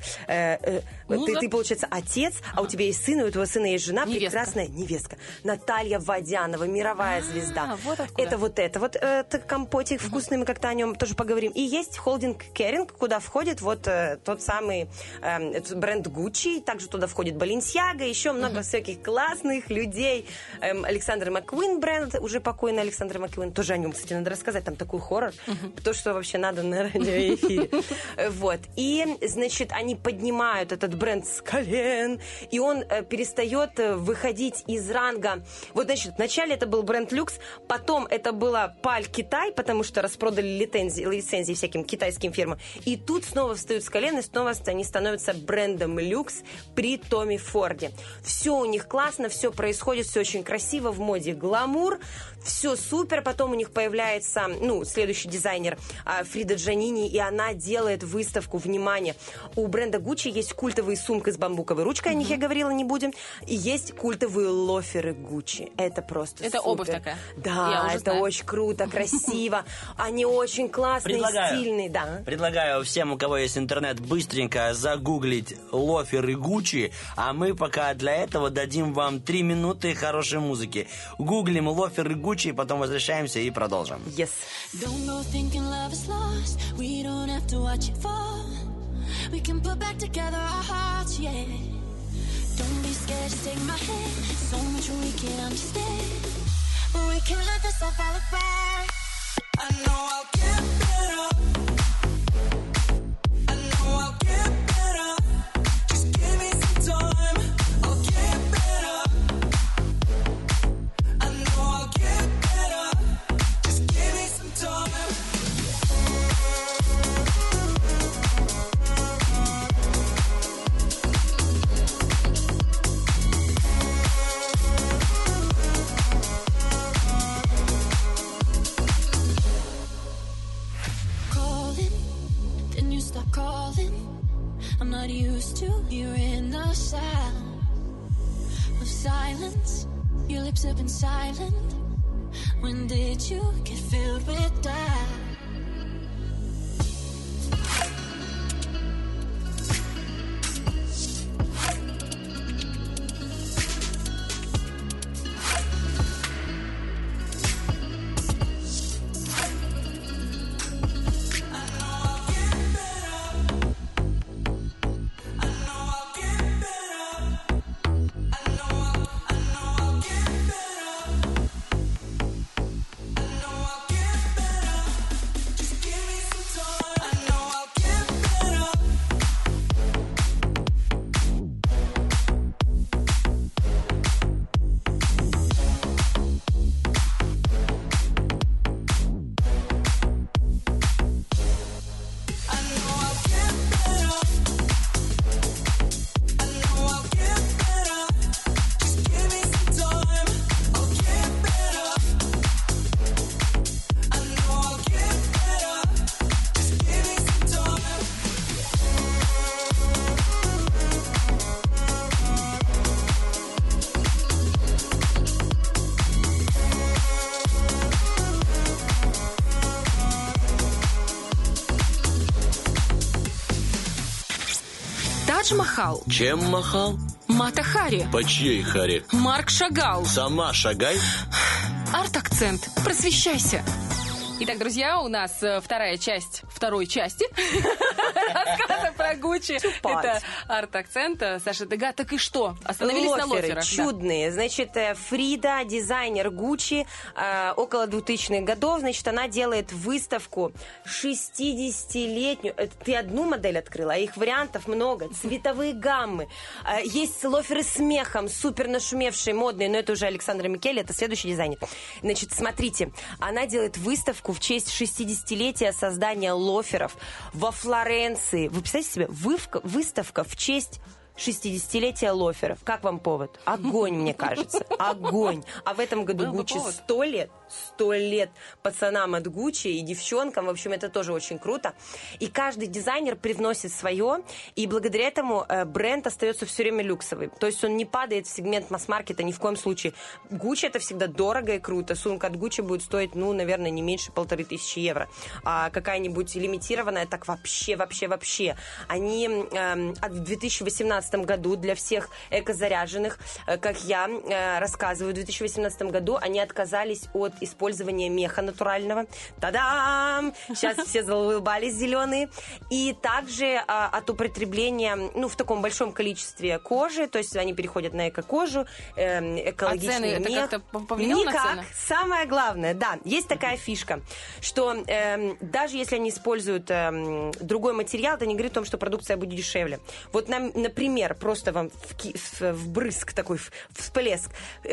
Ты, получается, отец, а у тебя есть сын, и у твоего сына есть жена, невестка. Прекрасная невестка. Наталья Водянова, мировая звезда. Вот откуда. Это компотик вкусный, мы как-то о нем тоже поговорим. И есть холдинг Kering, куда входит вот тот самый бренд Gucci, также туда входит Balenciaga, еще много всяких классных людей. Александр Маккуин бренд, уже покойный Александр Маккуин, тоже о нем, кстати, надо рассказать, там такой хоррор, то, что вообще надо на радиоэфире. Вот. И, значит, они поднимают этот бренд с колен, и он перестает выходить из ранга. Вот, значит, вначале это был бренд люкс, потом это было Паль Китай, потому что распродали лицензии всяким китайским фирмам. И тут снова встают с колен, и снова они становятся брендом люкс при Томе Форде. Все у них классно, все происходит, все очень красиво, в моде гламур, все супер. Потом у них появляется, следующий дизайнер Фрида Джанини, и она делает выставку, внимание, у бренда Gucci есть культовые сумки с бамбуковой ручкой, о них я говорила, не будем, и есть культовые лоферы Gucci. Это просто это супер. Обувь такая? Да, это знаю. очень круто, красиво. Они очень классные, стильные. Да. Предлагаю всем, у кого есть интернет, быстренько загуглить лоферы Gucci, а мы пока для этого дадим вам 3 минуты хорошей музыки. Гуглим лоферы Gucci, потом возвращаемся и продолжим. Yes. Don't go thinking love is lost. We don't have to watch it fall. We can put back together our hearts, yeah. Don't be scared to take my hand. So much we can understand. But we can't let this all fall apart. I know I'll get better. I know I'll get better. Just give me some time. I'll get better. I know I'll get better. Just give me some time. Calling, I'm not used to hearing the sound of silence. Your lips have been silent. When did you get filled with doubt? Тадж-Махал, Чем махал? Мата Хари, По чьей харе? Марк Шагал, Сама шагай. Арт-акцент. Просвещайся. Итак, друзья, у нас вторая часть второй части рассказа про Гуччи. Это арт-акцент. Саша Дега, так и что? Остановились на лоферах. Чудные. Значит, Фрида, дизайнер Гуччи, около 2000-х годов, значит, она делает выставку 60-летнюю. Ты одну модель открыла, а их вариантов много. Цветовые гаммы. Есть лоферы с мехом, супер нашумевшие, модные, но это уже Александра Микеле, это следующий дизайнер. Значит, смотрите, она делает выставку в честь 60-летия создания лоферов во Флоренции. Вы представляете себе, выставка в честь 60-летия лоферов. Как вам повод? Огонь, мне кажется. Огонь. А в этом году Гуччи 100 лет. 100 лет пацанам от Гуччи и девчонкам. В общем, это тоже очень круто. И каждый дизайнер привносит свое. И благодаря этому бренд остается все время люксовый. То есть он не падает в сегмент масс-маркета ни в коем случае. Гуччи это всегда дорого и круто. Сумка от Гуччи будет стоить, ну, наверное, не меньше 1500 евро. А какая-нибудь лимитированная, так вообще. Они в 2018 году для всех экозаряженных, как я рассказываю, в 2018 году они отказались от использования меха натурального. Та-дам! Сейчас все заулыбались зеленые. И также от употребления, ну, в таком большом количестве кожи, то есть они переходят на эко-кожу, экологичный мех. Это как-то повлияло на цены? Никак. Самое главное, да, есть такая фишка, что даже если они используют другой материал, это не говорит о том, что продукция будет дешевле. Вот, например, просто вам вбрызг такой, всплеск.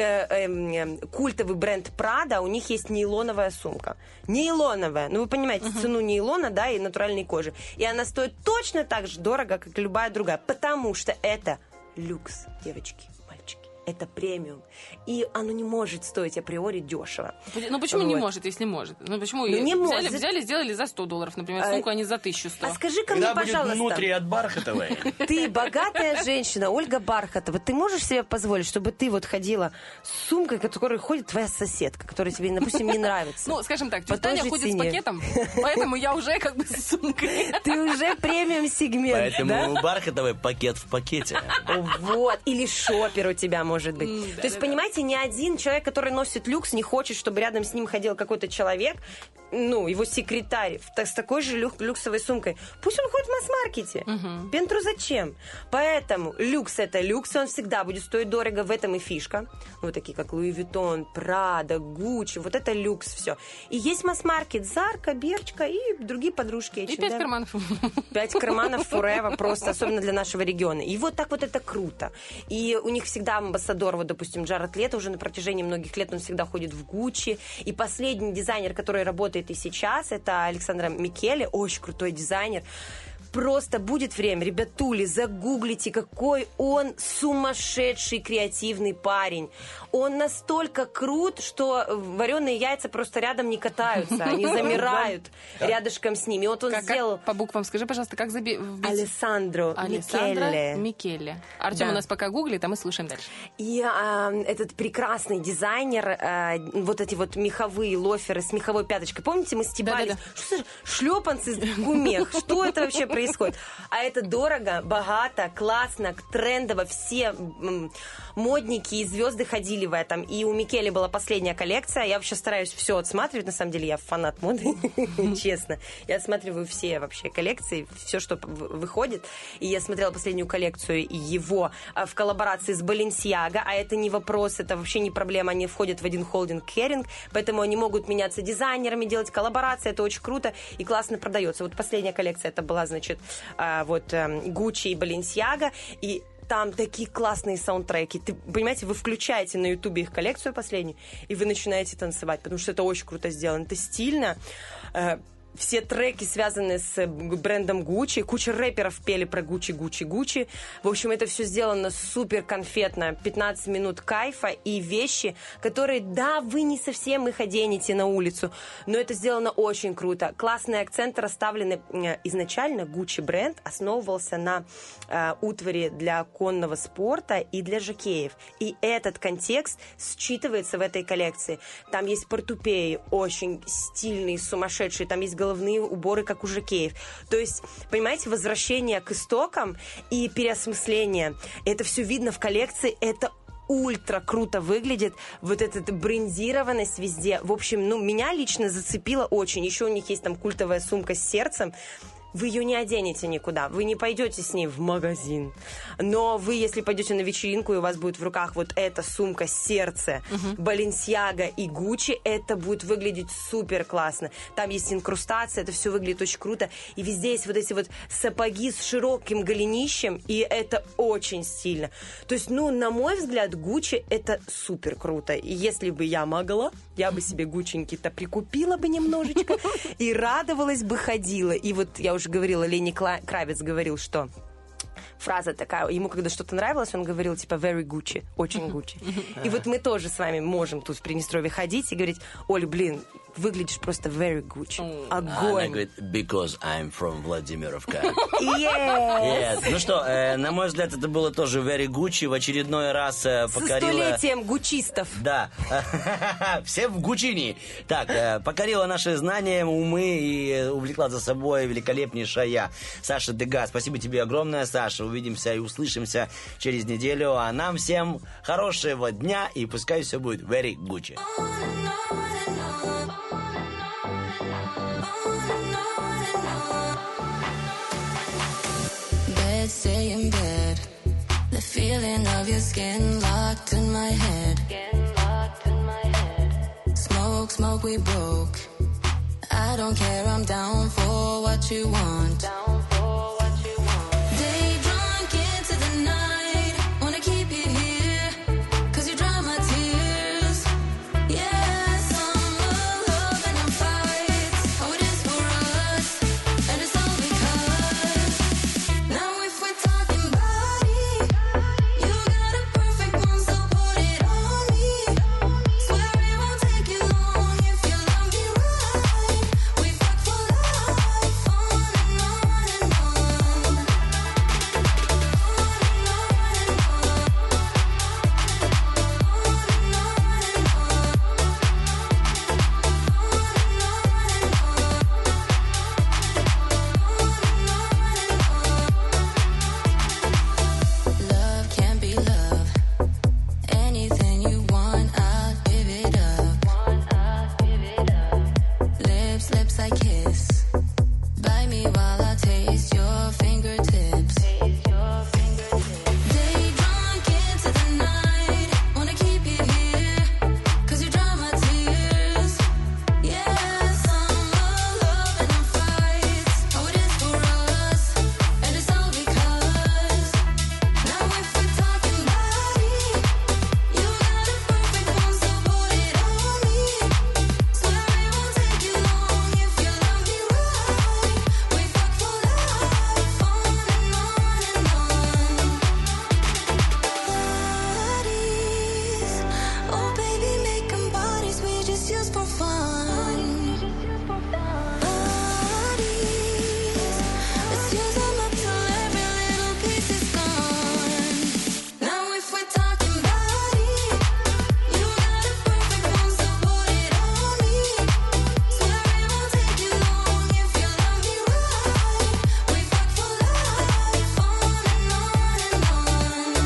Культовый бренд Prada, у них есть нейлоновая сумка. Нейлоновая. Ну, вы понимаете, цену нейлона, да, и натуральной кожи. И она стоит точно так же дорого, как и любая другая. Потому что это люкс, девочки, мальчики. Это премиум. И оно не может стоить априори дешево. Ну, почему не может, если может? Ну, почему взяли, сделали за $100, например, сумку, они за 1100. А скажи-ка мне, пожалуйста. Когда будет внутри от бархатовой? Ты богатая женщина, Ольга Бархатова. Ты можешь себе позволить, чтобы ты вот ходила с сумкой, которой ходит твоя соседка, которая тебе, допустим, не нравится? Ну, скажем так, Таня ходит с пакетом, поэтому я уже как бы с сумкой. Ты уже премиум-сегмент, Поэтому у Бархатовой пакет в пакете. Вот. Или шопер у тебя может быть. То есть, понимаете, ни один человек, который носит люкс, не хочет, чтобы рядом с ним ходил какой-то человек, ну, его секретарь, с такой же люксовой сумкой. Пусть он ходит в масс-маркете. Пентру зачем? Поэтому люкс это люкс, и он всегда будет стоить дорого. В этом и фишка. Вот такие, как Луи Виттон, Прада, Гуччи. Вот это люкс все. И есть масс-маркет, Зарка, Берчка и другие подружки. И 5 карманов. 5 карманов forever, просто, особенно для нашего региона. И вот так вот это круто. И у них всегда амбассадор, вот, допустим, Джаред Лето уже на протяжении многих лет он всегда ходит в Гуччи. И последний дизайнер, который работает и сейчас, это Александра Микеле, очень крутой дизайнер. Просто будет время, ребятули, загуглите, какой он сумасшедший креативный парень. Он настолько крут, что вареные яйца просто рядом не катаются, они замирают рядышком с ними. Вот он сделал... По буквам скажи, пожалуйста, как забить? Алессандро Микеле. Артем у нас пока гуглит, а мы слушаем дальше. И этот прекрасный дизайнер, вот эти вот меховые лоферы с меховой пяточкой. Помните, мы стебались? Что за шлепанцы в мех? Что это вообще происходит? А это дорого, богато, классно, трендово. Все модники и звезды ходили в этом. И у Микеле была последняя коллекция. Я вообще стараюсь все отсматривать. На самом деле я фанат моды, честно. Я отсматриваю все вообще коллекции, все, что выходит. И я смотрела последнюю коллекцию его в коллаборации с Balenciaga. А это не вопрос, это вообще не проблема. Они входят в один холдинг Kering, поэтому они могут меняться дизайнерами, делать коллаборации. Это очень круто и классно продается. Вот последняя коллекция, это была, значит, вот Gucci и Balenciaga, и там такие классные саундтреки. Ты, понимаете, вы включаете на Ютубе их коллекцию последнюю, и вы начинаете танцевать, потому что это очень круто сделано. Это стильно. Все треки, связанные с брендом Gucci. Куча рэперов пели про Gucci. В общем, это все сделано супер конфетно. 15 минут кайфа и вещи, которые, да, вы не совсем их оденете на улицу, но это сделано очень круто. Классные акценты расставлены. Изначально Gucci бренд основывался на утвари для конного спорта и для жокеев. И этот контекст считывается в этой коллекции. Там есть портупеи, очень стильные, сумасшедшие. Там есть головные уборы, как у жокеев. То есть, понимаете, возвращение к истокам и переосмысление. Это все видно в коллекции, это ультра круто выглядит, вот эта брендированность везде. В общем, ну, меня лично зацепило очень. Еще у них есть там культовая сумка с сердцем. Вы ее не оденете никуда, вы не пойдете с ней в магазин. Но вы, если пойдете на вечеринку, и у вас будет в руках вот эта сумка сердце, Balenciaga и Gucci, это будет выглядеть супер классно. Там есть инкрустация, это все выглядит очень круто. И везде есть вот эти вот сапоги с широким голенищем, и это очень стильно. То есть, ну, на мой взгляд, Gucci это супер круто. И если бы я могла, я бы себе гученьки-то прикупила бы немножечко и радовалась бы, ходила. И вот я уже говорила, Лени Кравец говорил, что фраза такая, ему когда что-то нравилось, он говорил типа very Gucci, очень Gucci. И вот мы тоже с вами можем тут в Приднестровье ходить и говорить: Оль, блин, выглядишь просто very Gucci. Огонь. Она говорит, because I'm from Владимировка. Yes. Ну что, на мой взгляд, это было тоже very Gucci. В очередной раз покорила... Со столетием гучистов. Да. Все в Гучини. Так, покорила наши знания, умы и увлекла за собой великолепнейшая Саша Дега. Спасибо тебе огромное, Саша. Увидимся и услышимся через неделю. А нам всем хорошего дня и пускай все будет very Gucci. Stay in bed. The feeling of your skin locked in my head. Smoke, smoke, we broke. I don't care, I'm down for what you want. Day drunk into the night. Wanna keep you here, 'cause you dry my tears. Yeah, summer love and I'm fights. Oh, it is for us, and it's all because now if we're talking body, you got a perfect one, so put it on me. Swear it won't take you long if you love me right. We fuck for life, on and on and on. Love can't be love. Anything you want, I'll give it up. Lips, lips I kiss. Bite me while I taste your fingertips. Day drunk into the night. Wanna keep you here, 'cause you dry my tears. Yeah, summer love and I'm fights. Oh, it is for us, and it's all because now if we're talking body, you got a perfect one, so put it on me. Swear it won't take you long if you love me right. We fuck for life, on and on and on. Bodies, oh baby, make 'em bodies we just use for fun. Bodies, let's use 'em up till every little piece is gone. Now if we're talking body, you got a perfect one, so put it on me. Swear it won't take you long if you love me right. We fuck for life, on and on and on.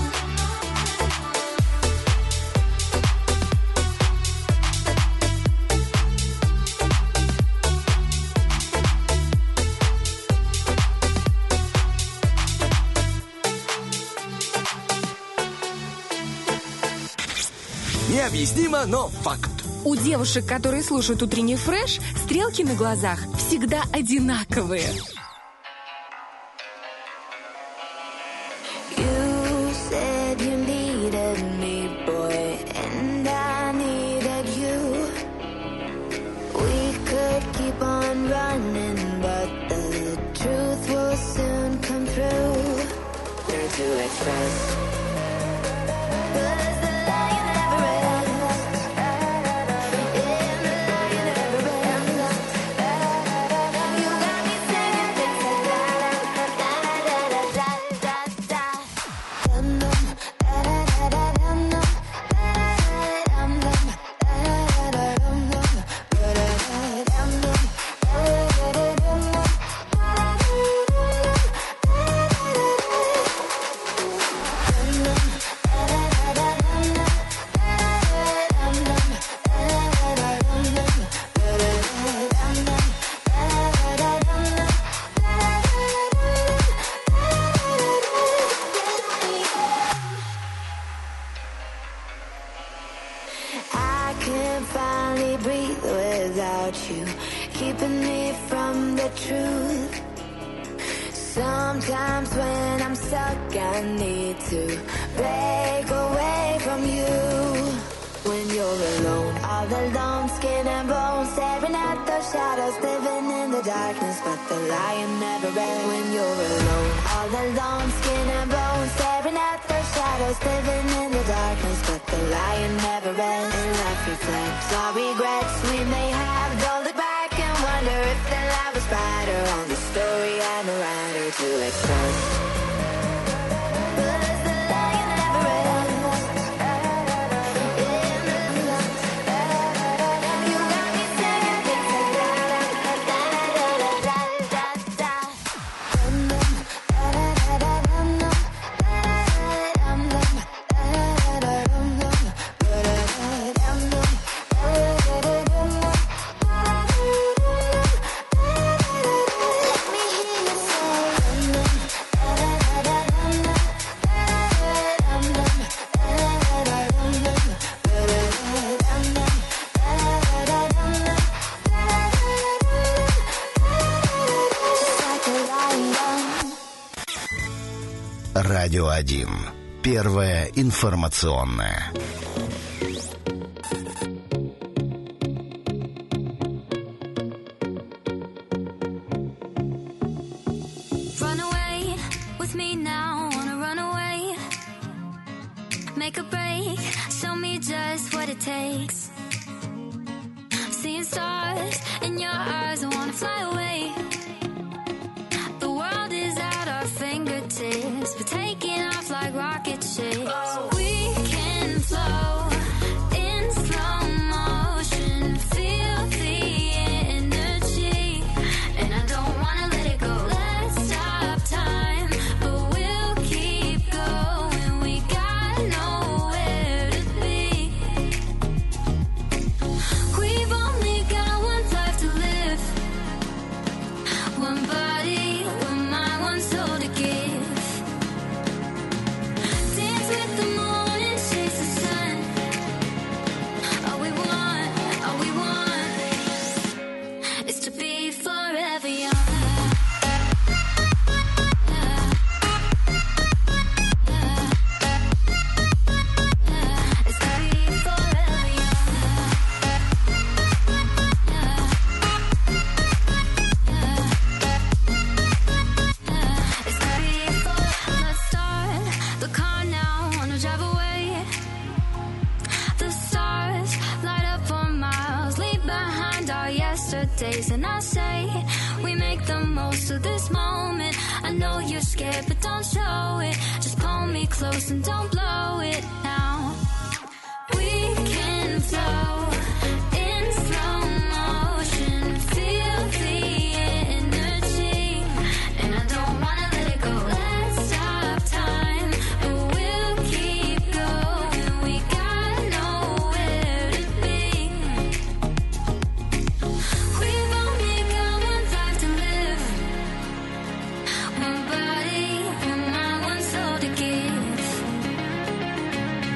Необъяснимо, но факт. У девушек, которые слушают утренний фреш, стрелки на глазах всегда одинаковые. You said you needed me, boy, and I needed you. We could keep on running, but the truth will soon come through. Learn to express. 'Cause the lion never ends. Yeah, the lion never ends. You got me saying keeping me from the truth. Sometimes when I'm stuck, I need to break away from you. When you're alone, all alone, skin and bones, staring at the shadows, living in the darkness, but the lion never ends. When you're alone, all alone, skin and bones, staring at the shadows, living in the darkness, but the lion never ends. And life reflects our regrets we may have. Don't look back and wonder if the light was brighter on the story and the writer to express. But as the lion never ends. Радио 1. Первая информационная. Run away with me now, wanna run away. Make a break, show me just what it takes. Seeing stars in your eyes, I wanna fly away. The world is at our fingertips, we're taking off like rocket ships. We can flow in slow motion, feel the energy, and I don't wanna let it go. Let's stop time, but we'll keep going. We got nowhere to be. We've only got one life to live. One body, one mind, one soul to give. Dance with the moon and chase the sun. All we want is to be forever young. It's to be forever It's to be Let's start the car now, wanna drive away. The stars light up for miles, leave behind our yesterdays, and I say we make the most of this moment. I know you're scared, but don't show it. Just pull me close and don't blow it now. We can flow in slow motion, feel the energy, and I don't wanna let it go. Let's stop time, but we'll keep going. We got nowhere to be. We've only got one life to live. One body, one mind, one soul to give.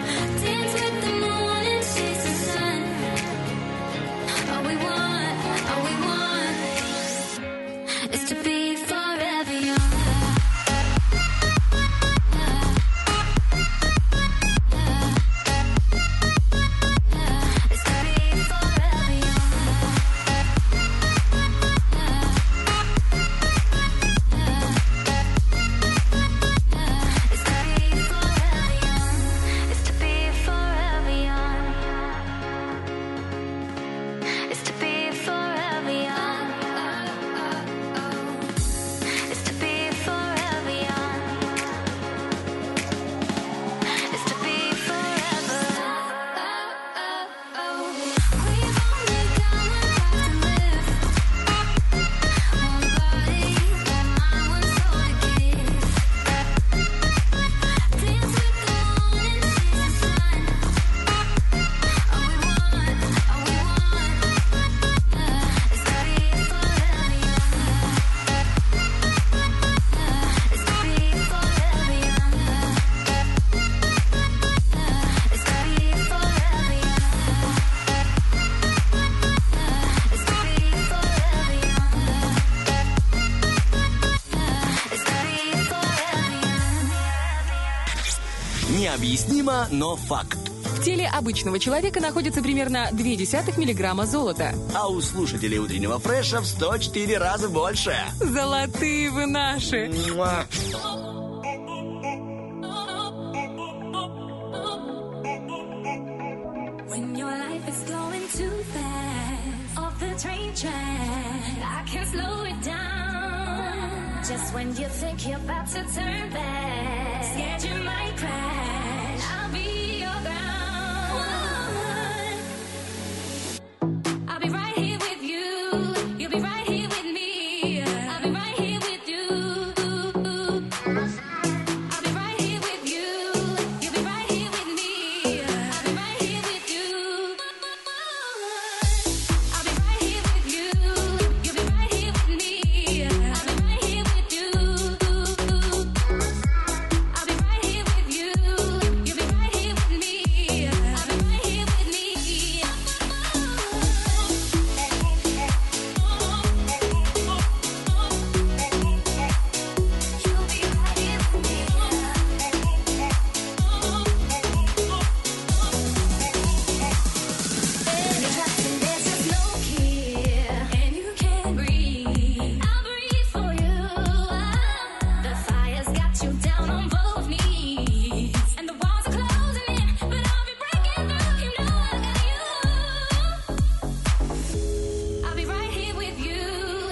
Необъяснимо, но факт. В теле обычного человека находится примерно 0,2 миллиграмма золота. А у слушателей утреннего фреша в 104 раза больше. Золотые вы наши. Муа. When your life is going too fast, off the train track, I can slow it down. Just when you think you're about to turn back, scared you might crash, I'll be your ground. I'll be right here with you. You'll be right here with me. I'll be right here with you. I'll be right here with you. You'll be right here with me. I'll be right here with you. I'll be right here with you. You'll be right here with me. I'll be right here with you. I'll be right here with you. You'll be right here with me. I'll be right here with me. You'll be right here with me. You're trapped and there's just no care, and you can't breathe. I'll breathe for you. The fire's got you down on both knees, and the walls are closing in, but I'll be breaking through. You know I got you. I'll be right here with you.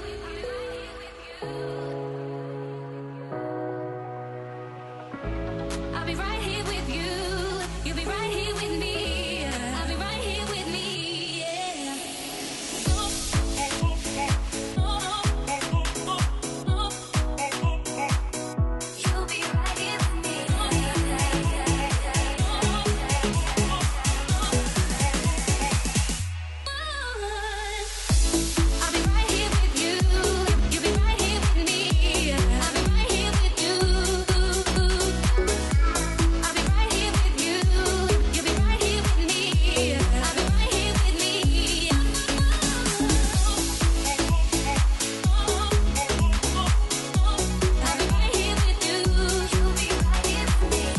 I'll be right here with you. You'll be right here with me. I'll be right here with me. You'll be right here with me. I'll be right here with you. You'll be right here with me. I'll be right here with you. I'll be right here with you. You'll be right here with me. I'll be right here with me. I'll be right here with you. You'll be right here with me.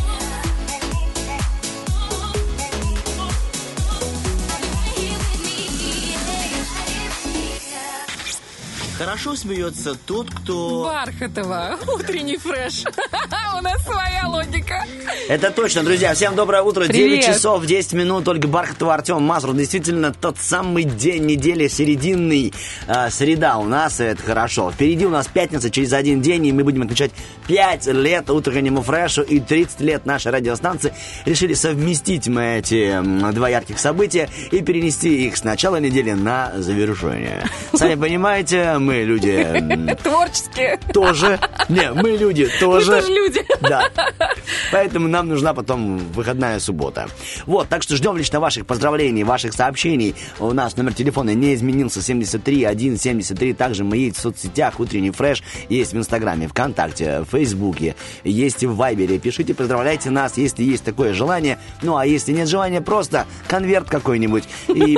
Хорошо смеется тот, кто... Бархатова. Утренний фреш. У нас своя логика. Это точно, друзья. Всем доброе утро. Привет. 9 часов 10 минут. Ольга Бархатова, Артем Мазур. Действительно, тот самый день недели, серединный, среда у нас, и это хорошо. Впереди у нас пятница через один день, и мы будем отмечать 5 лет утреннему фрешу и 30 лет нашей радиостанции. Решили совместить мы эти два ярких события и перенести их с начала недели на завершение. Сами понимаете, мы люди... Творческие. Тоже. Не, мы люди тоже. Мы тоже люди. Да. Поэтому нам нужна потом выходная суббота. Вот, так что ждем лично ваших поздравлений, ваших сообщений. У нас номер телефона не изменился, 73 173. Также мы есть в соцсетях, утренний фреш. Есть в Инстаграме, ВКонтакте, в Фейсбуке, есть в Вайбере. Пишите, поздравляйте нас, если есть такое желание. Ну, а если нет желания, просто конверт какой-нибудь. И,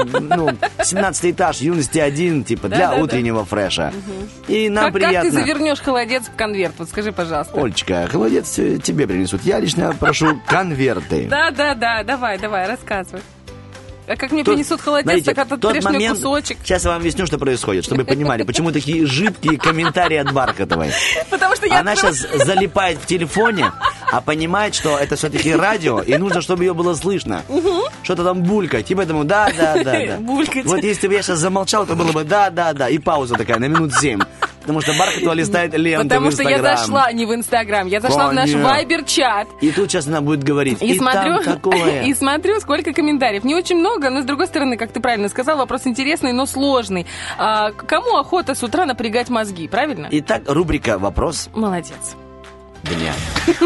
17 этаж, юности 1, типа, для утреннего фреша. И нам приятно. Как ты завернешь холодец в конверт? Вот скажи, пожалуйста. Олечка, холодец тебе принесут. Я лично прошу конверты. Да, давай, рассказывай. А как мне принесут холодец, Смотрите, так отрежь мне кусочек. Сейчас я вам объясню, что происходит, чтобы вы понимали, почему такие жидкие комментарии от Бархатовой. Потому что Она сейчас залипает в телефоне, а понимает, что это все-таки радио, и нужно, чтобы ее было слышно. Что-то там булькать. И поэтому да. Булькать. Вот если бы я сейчас замолчал, то было бы да. И пауза такая на минут 7. Потому что Бархатова листает ленту Потому в что Инстаграм. я зашла не в Инстаграм, я зашла в наш Конечно. Вайбер-чат. И тут сейчас она будет говорить. И смотрю, там такое. и смотрю, сколько комментариев. Не очень много, но, с другой стороны, как ты правильно сказал, вопрос интересный, но сложный. Кому охота с утра напрягать мозги, правильно? Итак, рубрика «Вопрос Молодец. дня».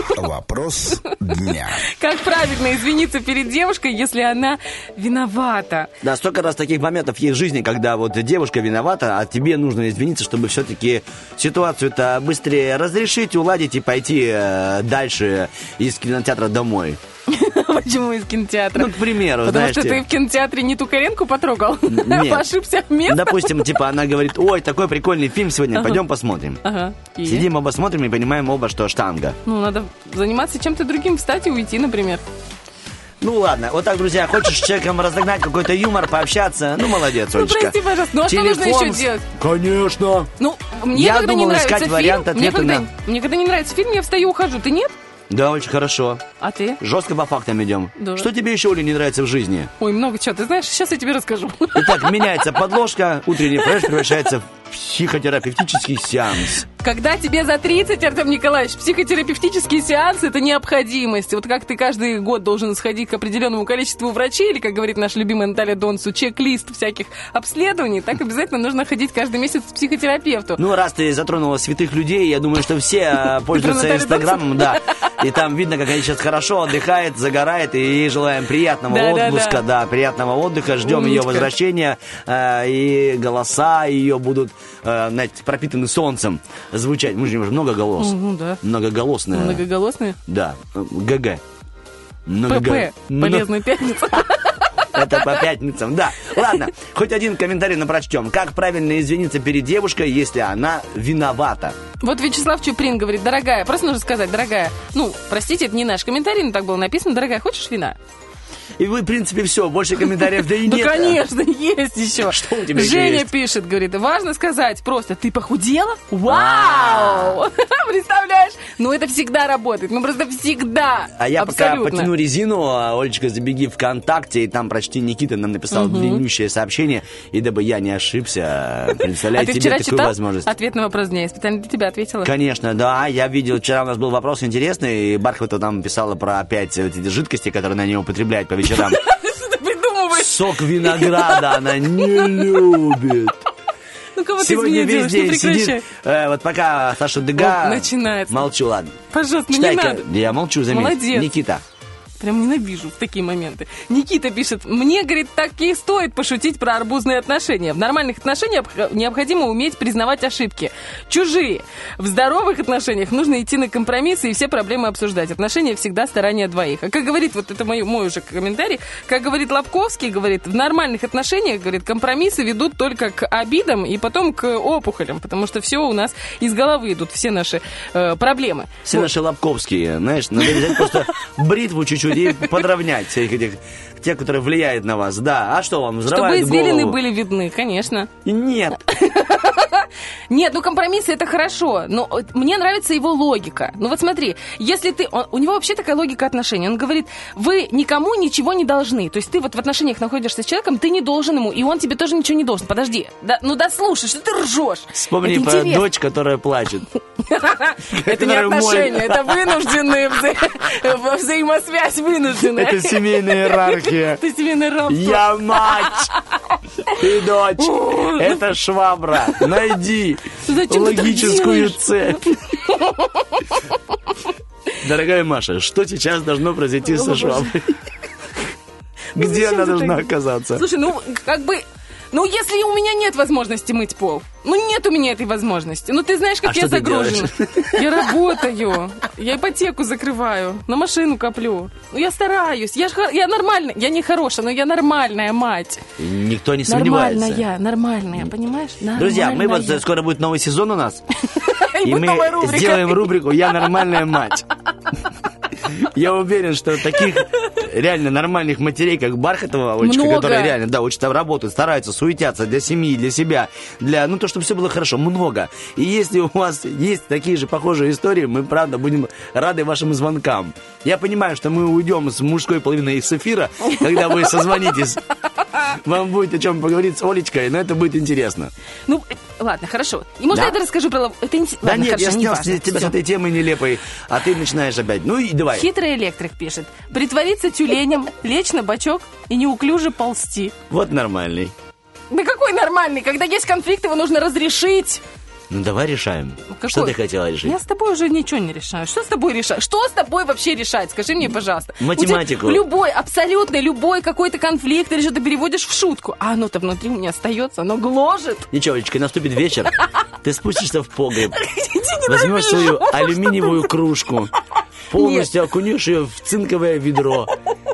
Вопрос дня. Как правильно извиниться перед девушкой, если она виновата? Да, столько раз таких моментов есть в жизни, когда вот девушка виновата, а тебе нужно извиниться, чтобы все-таки ситуацию-то быстрее разрешить, уладить и пойти дальше из кинотеатра домой. Почему из кинотеатра? Ну, к примеру, Потому знаете. что ты в кинотеатре не ту Каренку потрогал? Нет. Ошибся местом? Допустим, типа, она говорит, ой, такой прикольный фильм сегодня, пойдем посмотрим. Ага. И? Сидим оба смотрим и понимаем оба, что штанга. Ну, надо заниматься чем-то другим, встать и уйти, например. Ну ладно, вот так, друзья, хочешь с человеком разогнать какой-то юмор, пообщаться, ну молодец, Ну, Олечка. прости, пожалуйста. Ну, а что нужно еще делать? Конечно. Ну, мне Я когда не думал нравится искать фильм, вариант мне ответа когда, на- мне когда не нравится фильм, я встаю, ухожу. Ты нет? Да, очень хорошо. А ты? Жестко по фактам идем. Да. Что тебе еще, Оля, не нравится в жизни? Ой, много чего. Ты знаешь, сейчас я тебе расскажу. Итак, меняется подложка, утренний фреш превращается в психотерапевтический сеанс. Когда тебе за 30, Артем Николаевич, психотерапевтический сеанс – это необходимость. Вот как ты каждый год должен сходить к определенному количеству врачей, или, как говорит наша любимая Наталья Донцу, чек-лист всяких обследований, так обязательно нужно ходить каждый месяц к психотерапевту. Ну, раз ты затронула святых людей, я думаю, что все пользуются Наталью Инстаграмом, да. И там видно, как они сейчас хорошо отдыхает, загорает, и ей желаем приятного Да, отпуска, да, приятного отдыха, ждем ее Умничка. возвращения, и голоса ее будут, знаете, пропитаны солнцем звучать. Мы же много голос. Ну да. Многоголосная. Многоголосные? Да, ГГ. ПП. Полезная пятница. Это по пятницам, да. Ладно, хоть один комментарий напрочтем. Как правильно извиниться перед девушкой, если она виновата? Вот Вячеслав Чуприн говорит, дорогая, просто нужно сказать, дорогая, ну, простите, это не наш комментарий, но так было написано, дорогая, хочешь вина? И вы, в принципе, все, больше комментариев да и Да, нет. конечно, есть еще. Что у тебя еще Женя есть? пишет, говорит, важно сказать просто, ты похудела? Вау! Представляешь? Ну, это всегда работает. Ну, просто всегда. А я Абсолютно. пока потяну резину, Олечка, забеги ВКонтакте, и там прочти, Никита нам написал длиннющее сообщение, и дабы я не ошибся, представляю А ты тебе вчера такую читал возможность. ответ на вопрос дня? Я специально для тебя ответила. Конечно, да, я видел, вчера у нас был вопрос интересный, и Бархатова там писала про опять вот эти жидкости, которые она не употребляет по вечерам. Что ты придумываешь? Сок винограда она не любит. Ну, кого ты из Сегодня меня весь делаешь? Ну, день прекращай. сидит, вот пока Саша Дега... Вот, начинается. Молчу, ладно. Пожалуйста, ну не Читай-ка. надо. Я молчу, заметь. Молодец. Никита. Прям ненавижу в такие моменты. Никита пишет, мне, говорит, так и стоит пошутить про арбузные отношения. В нормальных отношениях необходимо уметь признавать ошибки. Чужие. В здоровых отношениях нужно идти на компромиссы и все проблемы обсуждать. Отношения всегда старание двоих. А как говорит, вот это мой уже комментарий, как говорит Лобковский, говорит, в нормальных отношениях, говорит, компромиссы ведут только к обидам и потом к опухолям, потому что все у нас из головы идут, все наши проблемы. Все Вот. наши лобковские, знаешь, надо взять просто бритву чуть-чуть и подровнять всех этих, те, которые влияют на вас. Да, а что вам, Чтобы взрывают извилины голову? были видны, конечно. Нет. Нет, ну компромиссы это хорошо, но мне нравится его логика. Ну вот смотри, если ты... у него вообще такая логика отношений. Он говорит, вы никому ничего не должны. То есть ты вот в отношениях находишься с человеком, ты не должен ему, и он тебе тоже ничего не должен. Подожди, да, ну дослушай, что ты ржешь? Вспомни Это про интересно. дочь, которая плачет. Это не отношения, это вынужденная взаимосвязь вынужденная. Это семейная иерархия. Это семейное рабство. Я мать, ты дочь, это швабра. Найди Зачем ты так логическую делаешь? цепь. Дорогая Маша, что сейчас должно произойти со шваброй? Где Зачем она ты должна так- оказаться? Слушай, ну, как бы... Ну, если у меня нет возможности мыть пол, ну, нет у меня этой возможности. Ну, ты знаешь, как А я что ты загружена. делаешь? Я работаю, я ипотеку закрываю, на машину коплю. Ну, я стараюсь, я нормальная, я не хорошая, но я нормальная мать. Никто не сомневается. Нормальная, понимаешь? Друзья, мы вот Нормальная. скоро будет новый сезон у нас, И и будет мы новая рубрика. сделаем рубрику «Я нормальная мать». Я уверен, что таких реально нормальных матерей, как Бархатова, Олечка, Много. которые реально, да, очень там работают, стараются, суетятся для семьи, для себя, для, ну, то, чтобы все было хорошо, много. И если у вас есть такие же похожие истории, мы, правда, будем рады вашим звонкам. Я понимаю, что мы уйдем с мужской половины из эфира, когда вы созвонитесь. Вам будет о чем поговорить с Олечкой, но это будет интересно. Ну, ладно, хорошо. И может, Да? я это расскажу про... Это не... Да Ладно, нет, хорошо, я не снял важно. тебя с Всё. этой темы нелепой, а ты начинаешь опять. Ну и давай. Хитрый электрик пишет. Притвориться тюленем, лечь на бочок и неуклюже ползти. Вот нормальный. Да какой нормальный? Когда есть конфликт, его нужно разрешить. Ну давай решаем. Какой? Что ты хотела решить? Я с тобой уже ничего не решаю. Что с тобой решать? Что с тобой вообще решать? Скажи мне, пожалуйста. Математику. У тебя любой, абсолютно любой какой-то конфликт или что ты переводишь в шутку. А оно-то внутри у меня остается, оно гложет. Ничего, Олечка, наступит вечер, ты спустишься в погреб, Ненавижу. возьмешь свою Что алюминиевую ты- кружку, полностью окунешь ее в цинковое ведро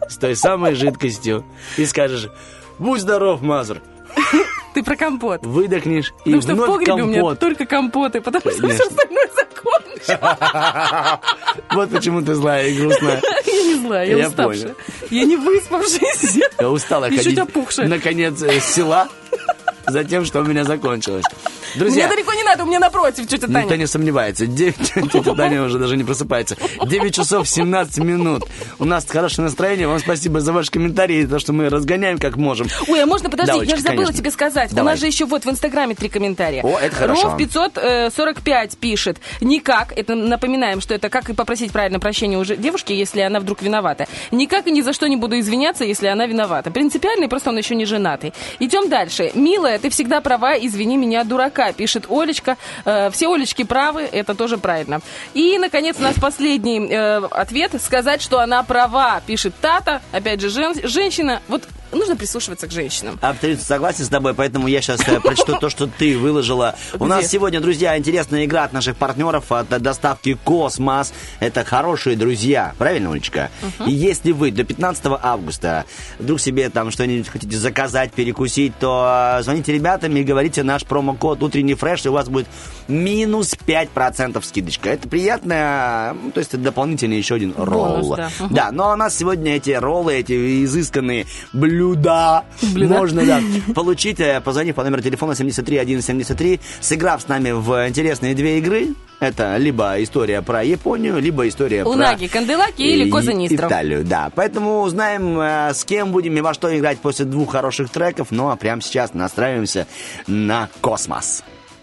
с той самой жидкостью и скажешь: будь здоров, Мазур. Ты про компот. Выдохнешь и Потому что в вновь погребе у меня компот. только компоты, потому что Конечно. все остальное закончилось. Вот почему ты злая и грустная. Я не злая, я Я уставшая. понял. Я не выспавшаяся. Я устала И чуть ходить опухшая. на конец села за тем, что у меня закончилось. Друзья, Мне далеко не надо, у меня напротив, тетя Таня. никто не сомневается. Тетя Таня уже даже не просыпается. 9 часов 17 минут. У нас хорошее настроение. Вам спасибо за ваши комментарии, за то, что мы разгоняем как можем. Ой, а можно, подожди, Да, я Олечка, же забыла конечно. тебе сказать. У Давай. нас же еще вот в Инстаграме 3 комментария. О, это хорошо. Ров 545 пишет: никак, это напоминаем, что это как и попросить правильно прощения у девушки, если она вдруг виновата. Никак и ни за что не буду извиняться, если она виновата. Принципиальный, просто он еще не женатый. Идем дальше. Милая, ты всегда права, извини меня, дурака, пишет Олечка. Все Олечки правы, это тоже правильно. И, наконец, у нас последний ответ. Сказать, что она права, пишет Тата. Опять же, женщина. Вот нужно прислушиваться к женщинам. Абсолютно согласен с тобой, поэтому я сейчас прочту то, что ты выложила. У нас сегодня, друзья, интересная игра от наших партнеров от доставки «Космос». Это хорошие друзья. Правильно, Олечка? И если вы до 15 августа вдруг себе там что-нибудь хотите заказать, перекусить, то звоните ребятам и говорите наш промокод «Утренний фреш», и у вас будет минус 5% скидочка. Это приятно, то есть это дополнительный еще один ролл. Да. Да, но у нас сегодня эти роллы, эти изысканные блюда можно получить, позвонив по номеру телефона 73173, сыграв с нами в интересные 2 игры. Это либо история про Японию, либо история Унаги, про Канделаки или Коза Ностра. Италию, да. Поэтому узнаем, с кем будем и во что играть после 2 хороших треков. Ну а прямо сейчас настраиваемся на «Космос».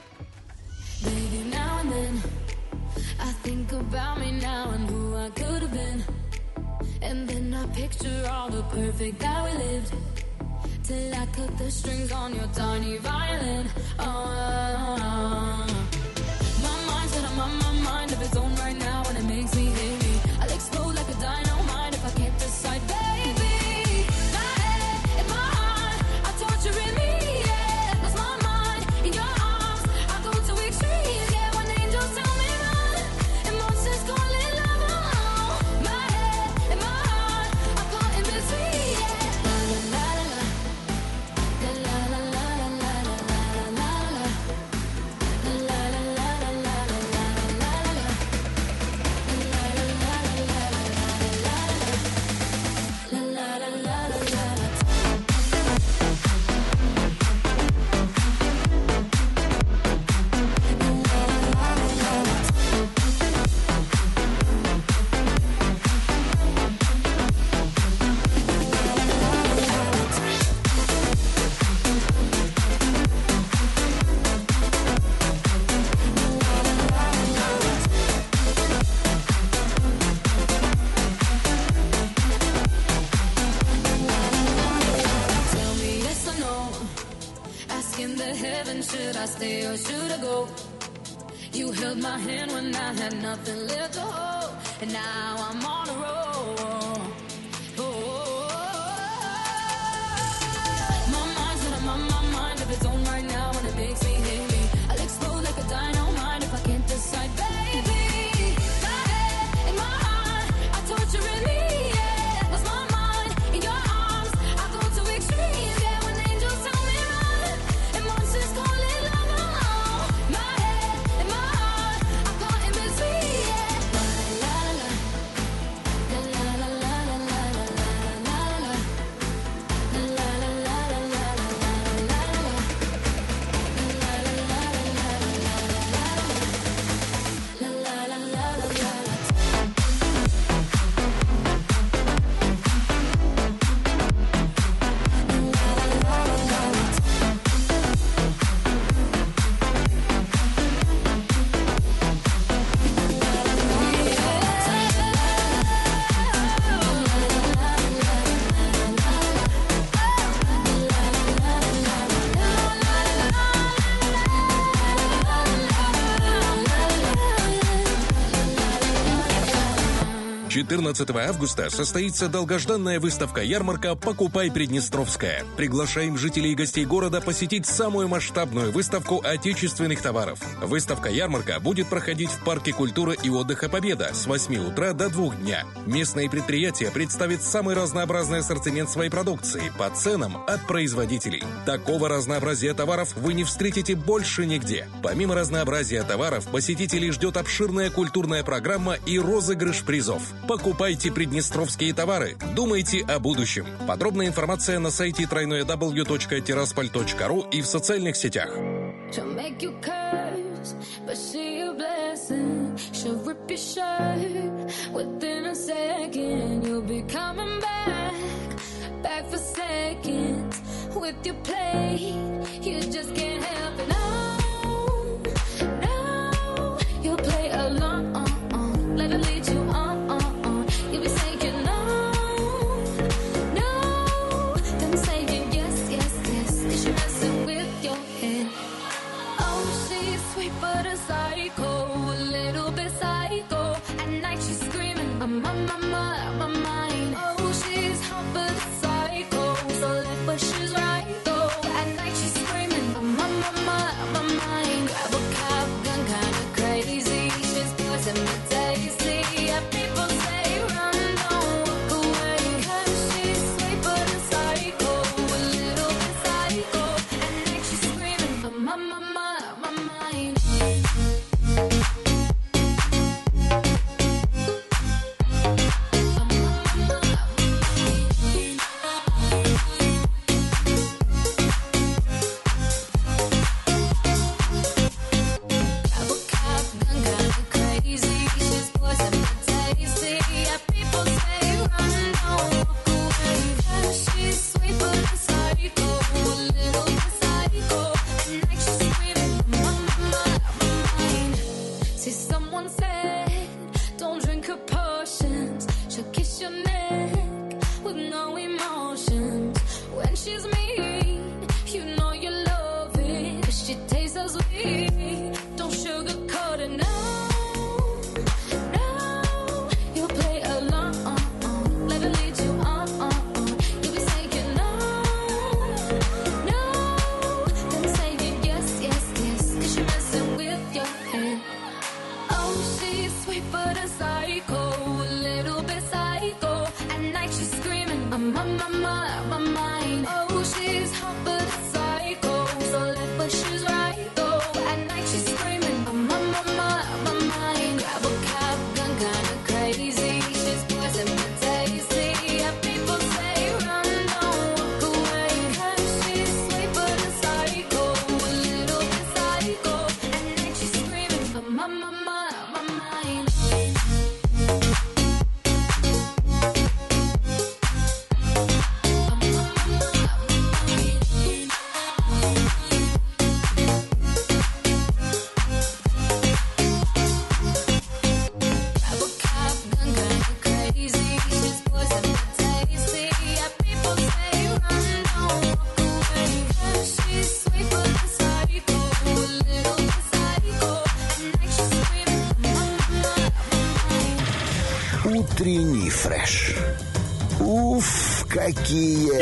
Baby, now and then I think about me now and who I could have been. And then I picture all the perfect that we lived. Till I cut the strings on your tiny violin. My mind's got my mind of its own right now, and it makes me hate me. I'll explode like a dynamite if I can't decide, baby. My head and my heart are torturing me, yeah. Lost my mind in your arms. I go to extremes, yeah. When angels tell me run, and monsters calling love alone. My head and my heart are caught in between, yeah. La la la la la la la la la la la la. Tell me yes or no. Asking the heavens, should I stay or should I go? You held my hand when I had nothing left to hold, and now I'm on a roll. My mind's got my mind of its own right now, and it makes me hate me. I'll explode like a dynamite if I can't decide, baby. My head and my heart are torturing me, yeah. Lost my mind in your arms. I go to extremes, yeah. When angels tell me run, and monsters calling love alone. My head and my heart are caught in between, yeah. La la la. 14 августа состоится долгожданная выставка-ярмарка «Покупай Приднестровская». Приглашаем жителей и гостей города посетить самую масштабную выставку отечественных товаров. Выставка-ярмарка будет проходить в Парке культуры и отдыха «Победа» с 8 утра до 2 дня. Местные предприятия представят самый разнообразный ассортимент своей продукции по ценам от производителей. Такого разнообразия товаров вы не встретите больше нигде. Помимо разнообразия товаров, посетителей ждет обширная культурная программа и розыгрыш призов. Покупайте приднестровские товары. Думайте о будущем. Подробная информация на сайте www.tiraspol.ru и в социальных сетях. She'll make you curse, but she a blessing. She'll rip your shirt within a second. You'll be coming back for seconds. With your play, you just can't help it. No, you'll play along. Let it lead you on. You'll be saying no, then saying yes, 'cause you're messing with your head. Oh, she's sweet but a psycho, a little bit psycho. At night she's screaming, I'm on my mind. Oh, she's hot but a psycho, so left but she's right though. At night she's screaming, I'm on my mind. Grab a cop gun, kinda crazy. She's poison but tasty. Yeah, people say run, don't walk away. 'Cause she's sweet but a psycho, a little bit psycho. At night she's screaming, I'm on my mind. Утренний фреш. Уф, какие...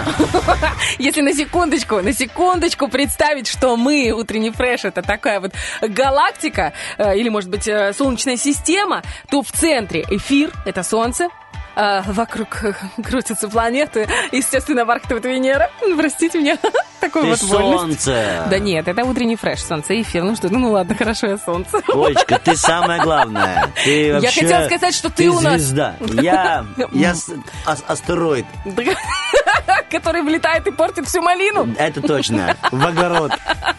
Если на секундочку представить, что мы, утренний фреш, это такая вот галактика, или, может быть, солнечная система, то в центре эфир, это солнце, вокруг крутятся планеты, естественно, вахтовая Венера. Простите меня, такой вот вольность. Солнце. Да нет, это утренний фреш, солнце, эфир. Ну что, ну ладно, хорошо, я солнце. Олечка, ты самое главное. Ты вообще, я хотела сказать, что ты у нас... звезда. Я астероид. Который влетает и портит всю малину. Это точно. В огород.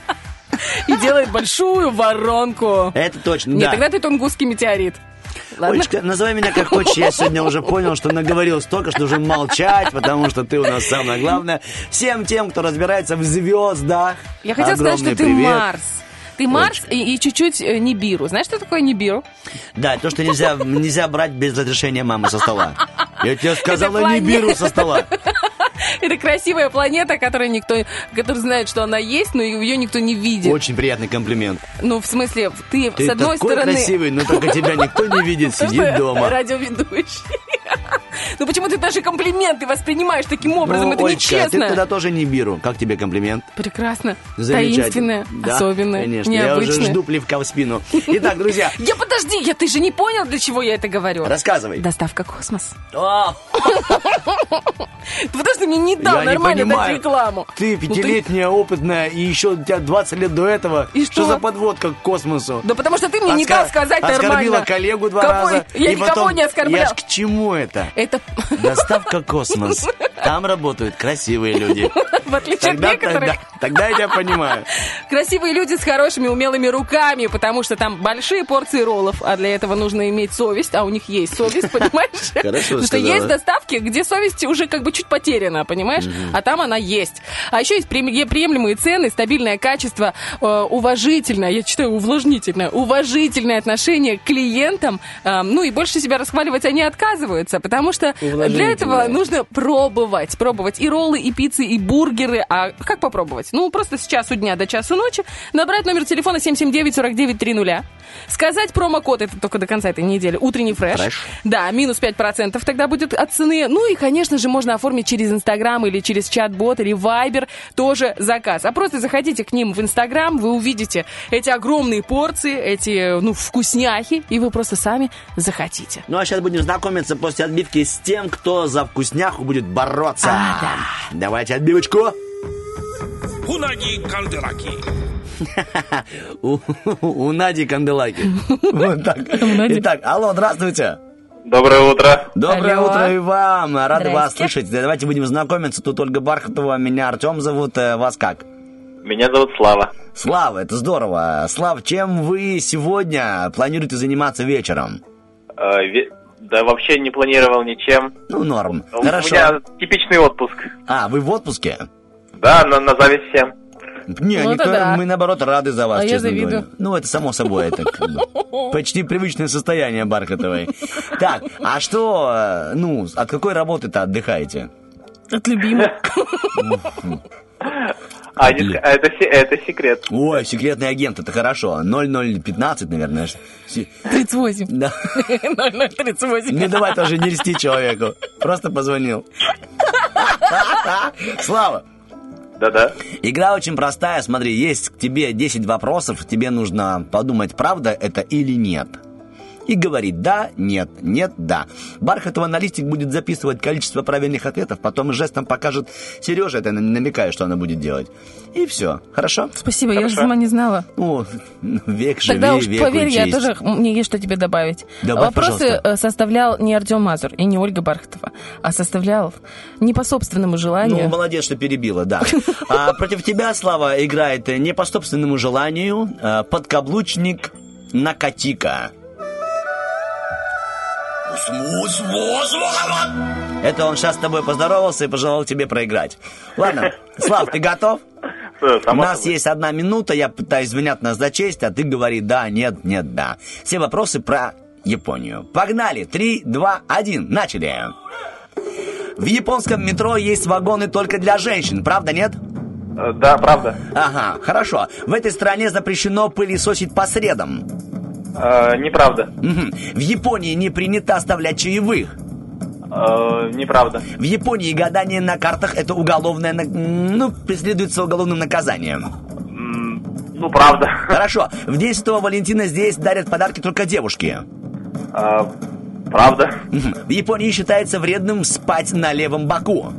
И делает большую воронку. Это точно, да. Нет, тогда ты тунгусский метеорит. Ладно? Олечка, называй меня как хочешь. Я сегодня уже понял, что наговорил столько, что должен молчать, потому что ты у нас самое главное. Всем тем, кто разбирается в звездах. Я хотела сказать, что ты Марс. Ты Марс и чуть-чуть Нибиру. Знаешь, что такое Нибиру? Да, то, что нельзя брать без разрешения мамы со стола. Я тебе сказала Нибиру со стола. Это красивая планета, который знает, что она есть, но ее никто не видит. Очень приятный комплимент. Ну, в смысле, ты с одной такой стороны... красивый, но только тебя никто не видит, сидит дома. Радиоведущий. Ну почему ты даже комплименты воспринимаешь таким образом? Это Олечка, нечестно. ты тогда тоже не беру. Как тебе комплимент? Прекрасно. Замечательно. Таинственное, Да, особенное, конечно. необычное. Я уже жду плевка в спину. Итак, друзья. Подожди, ты же не понял, для чего я это говорю? Рассказывай. Доставка космос. Потому что мне не дал Я нормально не дать понимаю. рекламу. Ты пятилетняя, опытная, и еще у тебя 20 лет до этого. И что за подводка к космосу? Да потому что ты мне не дал сказать нормально. Оскорбила коллегу 2 раза. Я и никого потом, не оскорблял. Я ж к чему это? Это... Доставка космос. Там работают красивые люди. В отличие от некоторых. Тогда я тебя понимаю. Красивые люди с хорошими умелыми руками, потому что там большие порции роллов, а для этого нужно иметь совесть, а у них есть совесть, понимаешь? Хорошо Потому что сказала. есть доставки, где совесть уже как бы чуть потеряна, понимаешь? А там она есть. А еще есть приемлемые цены, стабильное качество, уважительное, я читаю увлажнительное, уважительное отношение к клиентам, ну и больше себя расхваливать они отказываются, потому что для этого нужно пробовать и роллы, и пиццы, и бургеры. А как попробовать? Ну, просто с часу дня до часу ночи набрать номер телефона 779-4930, сказать промокод, это только до конца этой недели, утренний фреш. Да, минус 5% тогда будет от цены. Ну и, конечно же, можно оформить через Инстаграм или через чат-бот или Вайбер тоже заказ. А просто заходите к ним в Инстаграм, вы увидите эти огромные порции, эти, вкусняхи, и вы просто сами захотите. Ну а сейчас будем знакомиться после отбивки с тем, кто за вкусняху будет бороться. Да. Давайте отбивочку. Унаги Канделаки. У Нади Канделаки. Вот так. Итак, алло, здравствуйте. Доброе утро. Доброе Алло. утро и вам. Рады вас Здрасте. слышать. Давайте будем знакомиться. Тут Ольга Бархатова, меня Артем зовут. Вас как? Меня зовут Слава. Слава, это здорово. Слав, чем вы сегодня планируете заниматься вечером? Да вообще не планировал ничем. Ну, норм. У Хорошо. меня типичный отпуск. А, вы в отпуске? Да, на зависть всем. Не, Ну, никто, это да. мы наоборот рады за вас, А я честно завидую. говоря. Ну, это само собой, это как бы почти привычное состояние Бархатовой. Так, а что, от какой работы-то отдыхаете? От любимой. Это секрет. Ой, секретный агент, это хорошо. 0015, наверное. 38. Да. 0038. Ну, давай тоже не льсти человеку. Просто позвонил. Слава. Да-да. Игра очень простая. Смотри, есть к тебе 10 вопросов. Тебе нужно подумать, правда это или нет. И говорить да, нет, нет, да. Бархатова на листик будет записывать количество правильных ответов, потом жестом покажет Сереже, это намекаю, что она будет делать. И все. Хорошо? Спасибо, я же сама не знала. О, век живи, Тогда уж век поверь, я учись. тоже, мне есть что тебе добавить. Добавь, Вопросы пожалуйста. составлял не Артем Мазур и не Ольга Бархатова, а составлял не по собственному желанию. Ну, молодец, что перебила, да. А против тебя, Слава, играет не по собственному желанию подкаблучник Накатика. Это он сейчас с тобой поздоровался и пожелал тебе проиграть. Ладно, Слав, ты готов? У нас есть 1 минута, я пытаюсь внятно зачесть, а ты говори да, нет, нет, да. Все вопросы про Японию. Погнали! 3, 2, 1, начали! В японском метро есть вагоны только для женщин, правда, нет? Да, правда. Ага, хорошо. В этой стране запрещено пылесосить по средам. Неправда. В Японии не принято оставлять чаевых. Неправда. В Японии гадание на картах это уголовное, преследуется уголовным наказанием. Ну, правда. Хорошо. В день Святого Валентина здесь дарят подарки только девушки. Правда. В Японии считается вредным спать на левом боку.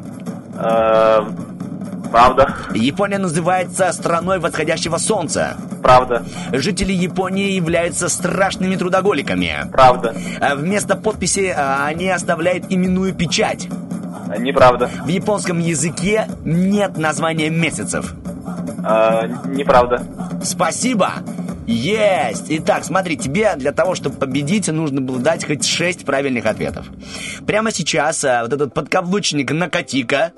Правда. Япония называется страной восходящего солнца. Правда. Жители Японии являются страшными трудоголиками. Правда. Вместо подписи они оставляют именную печать. Неправда. В японском языке нет названия месяцев. Неправда. Спасибо. Есть. Итак, смотри, тебе для того, чтобы победить, нужно было дать хоть 6 правильных ответов. Прямо сейчас вот этот подкаблучник Накатика,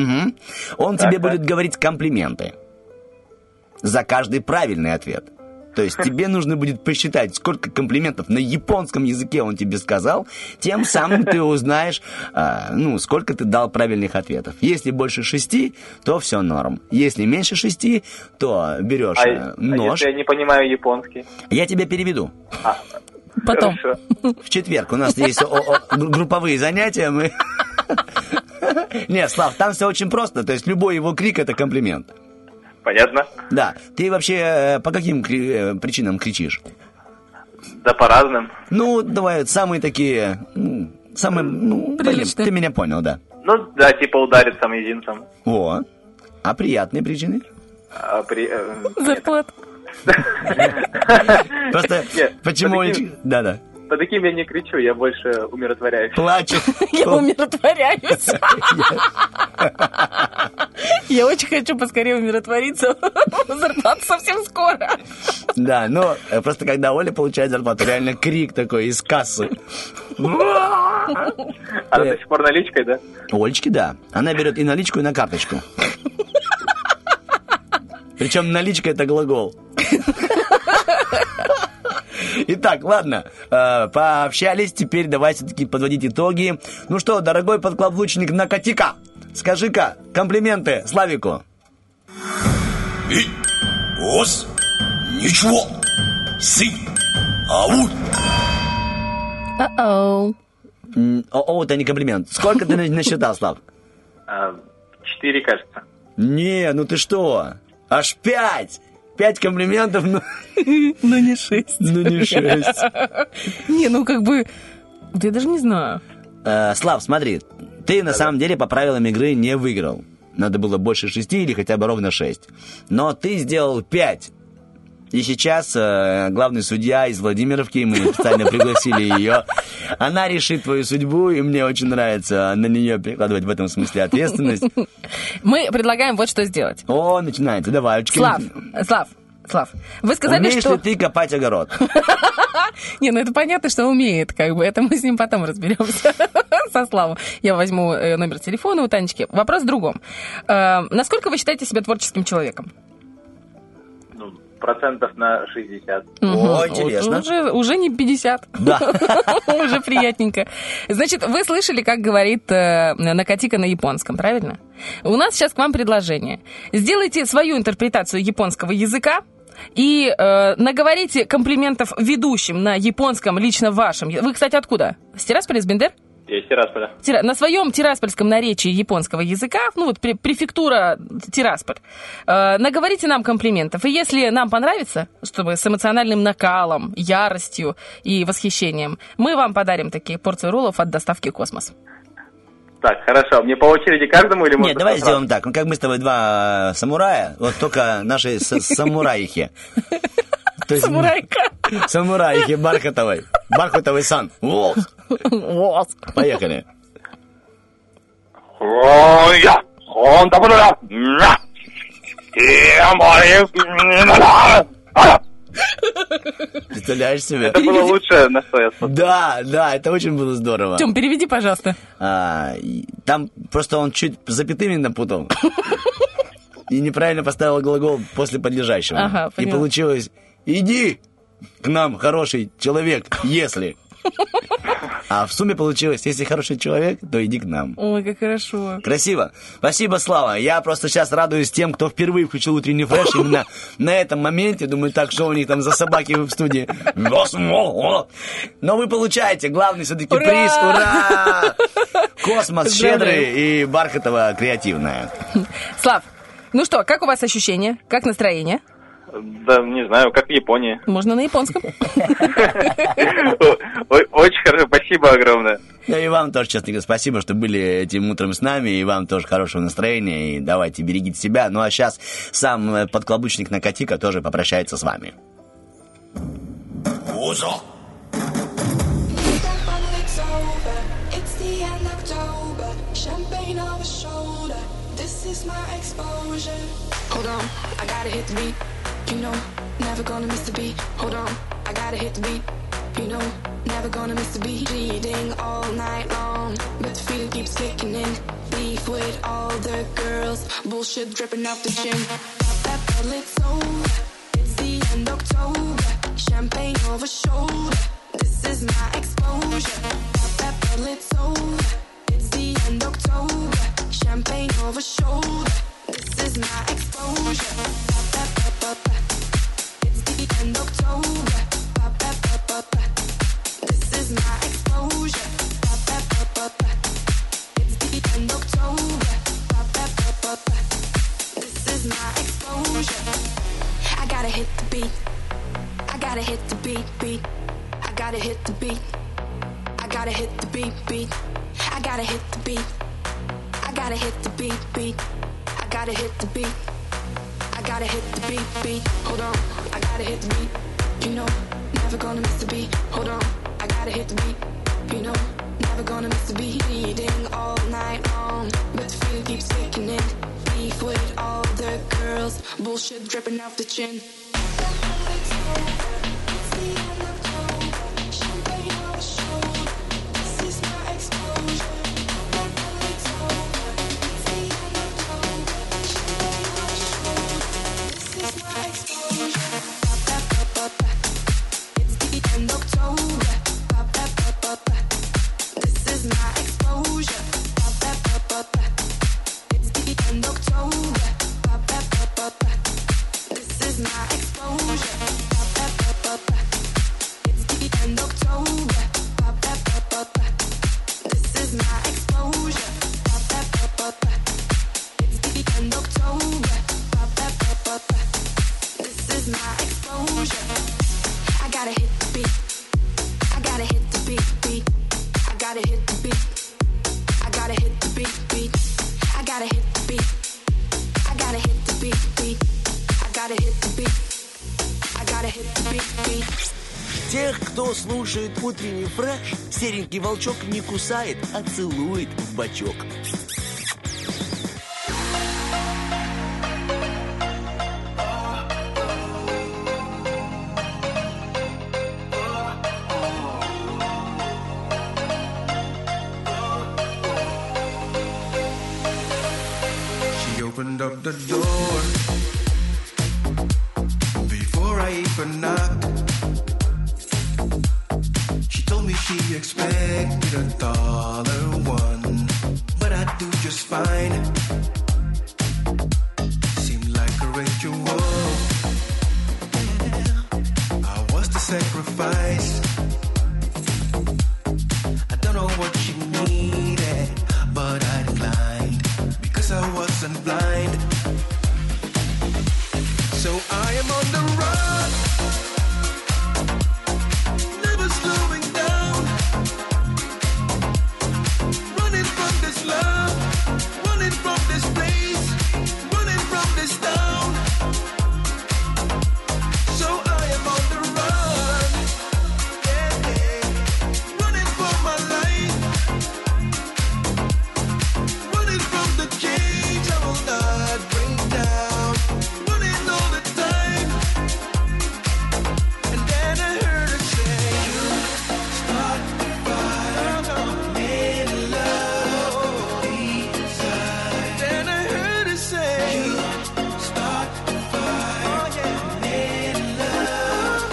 он тебе будет говорить комплименты за каждый правильный ответ. То есть тебе нужно будет посчитать, сколько комплиментов на японском языке он тебе сказал, тем самым ты узнаешь, сколько ты дал правильных ответов. Если больше 6, то все норм. Если меньше 6, то берешь нож. Если я не понимаю японский? Я тебя переведу. Потом. Хорошо. В четверг у нас есть групповые занятия. Нет, Слав, там все очень просто. То есть любой его крик — это комплимент. Понятно? Да. Ты вообще по каким причинам кричишь? Да по разным. Ну, давай, самые такие... ты меня понял, да. Ну, да, типа удариться мизинцем. О, а приятные причины? Зарплата. Просто почему... Да-да. По таким я не кричу, я больше умиротворяюсь. Плачу. Я умиротворяюсь. Я очень хочу поскорее умиротвориться. Зарплата совсем скоро. Да, но просто когда Оля получает зарплату, реально крик такой из кассы. Она до сих пор наличкой, да? Олечки, да. Она берет и наличку, и на карточку. Причем наличка — это глагол. Итак, ладно, пообщались, теперь давай все-таки подводить итоги. Ну что, дорогой подкаблучник Накатика, скажи-ка комплименты Славику. Ос, ничего, си, ау. О, это не комплимент. Сколько ты насчитал, Слав? 4, кажется. Не, ну ты что? Аж 5! 5 комплиментов, Ну не 6. Ну не 6. Не, ну как бы... Да я даже не знаю. Слав, смотри, ты на самом деле по правилам игры не выиграл. Надо было больше 6 или хотя бы ровно 6. Но ты сделал 5. И сейчас главный судья из Владимировки, мы специально пригласили ее, она решит твою судьбу, и мне очень нравится на нее перекладывать в этом смысле ответственность. Мы предлагаем вот что сделать. О, начинается, давай. Слав, вы сказали, умеешь что... ли ты копать огород? Не, ну это понятно, что умеет, как бы, это мы с ним потом разберемся со Славом. Я возьму номер телефона у Танечки. Вопрос в другом. Насколько вы считаете себя творческим человеком? Процентов на 60. О, интересно. Уже не 50. Да. Уже приятненько. Значит, вы слышали, как говорит Накатика на японском, правильно? У нас сейчас к вам предложение. Сделайте свою интерпретацию японского языка и наговорите комплиментов ведущим на японском, лично вашем. Вы, кстати, откуда? С Тирасполя, с Бендер? Я из Тирасполя. На своем тираспольском наречии японского языка, ну вот префектура Тирасполь, наговорите нам комплиментов. И если нам понравится, чтобы с эмоциональным накалом, яростью и восхищением, мы вам подарим такие порции роллов от доставки «Космос». Так, хорошо. Мне по очереди каждому или можно... Нет, давай сделаем так. Ну, как мы с тобой два самурая, вот только наши самураихи. Самурайка. Самураихи Бархатовой. Бархатовый сан. Поехали. Представляешь себе? Это было лучшее, на что я смотрел. Да, это очень было здорово. Тём, переведи, пожалуйста. Там просто он чуть запятыми напутал. И неправильно поставил глагол после подлежащего. Ага, и получилось: иди к нам, хороший человек, если... А в сумме получилось: если хороший человек, то иди к нам. Ой, как хорошо. Красиво. Спасибо, Слава. Я просто сейчас радуюсь тем, кто впервые включил утренний фреш именно на этом моменте. Думаю, так, что у них там за собаки в студии. Но вы получаете главный все-таки приз. Ура! Космос щедрый и Бархатова креативная. Слав, ну что, как у вас ощущения? Как настроение? Да, не знаю, как в Японии. Можно на японском. Очень хорошо, спасибо огромное. Да и вам тоже, честно говоря, спасибо, что были этим утром с нами, и вам тоже хорошего настроения, и давайте берегите себя. Ну а сейчас сам подкаблучник Накатика тоже попрощается с вами. Оза! Hold on, I gotta hit the beat. You know, never gonna miss the beat. Hold on, I gotta hit the beat. You know, never gonna miss the beat. Bleeding all night long, but the feeling keeps kicking in. Beef with all the girls, bullshit dripping off the chin. That it's over, it's the end October, champagne over shoulder. This is my exposure. Pop that bottle, it's over. It's the end October, champagne over shoulder. This is my exposure. Pop that, pop, pop, pop. It's the end October. Pop that, pop, pop, pop. This is my exposure. Pop that, pop, pop, pop. It's the end October. Pop that, pop, pop, pop. This is my exposure. I gotta hit the beat. I gotta hit the beat, beat. I gotta hit the beat. I gotta hit the beat, beat. I gotta hit the beat. I gotta hit the beat, beat. I gotta hit the beat. I gotta hit the beat, beat. Hold on, I gotta hit the beat. You know, never gonna miss the beat. Hold on, I gotta hit the beat. You know, never gonna miss the beat. Eating all night long, but the feeling keeps kicking in. Beef with all the girls, bullshit dripping off the chin. Тех, кто слушает утренний фреш, серенький волчок не кусает, а целует в бочок. She opened up the door before I even knocked. She told me she expected $1, but I do just fine. Seemed like a ritual. I was the sacrifice. I don't know what she needed, but I declined because I wasn't blind. So I am on the run, never slowing down, running from this love, running from this place, running from this town. So I am on the run, yeah, yeah. Running for my life, running from the cage I will not break down, running all the time. And then I heard her say, you start the fire, I'm in love deep inside. Then I heard her say, you start the fire, I'm in love,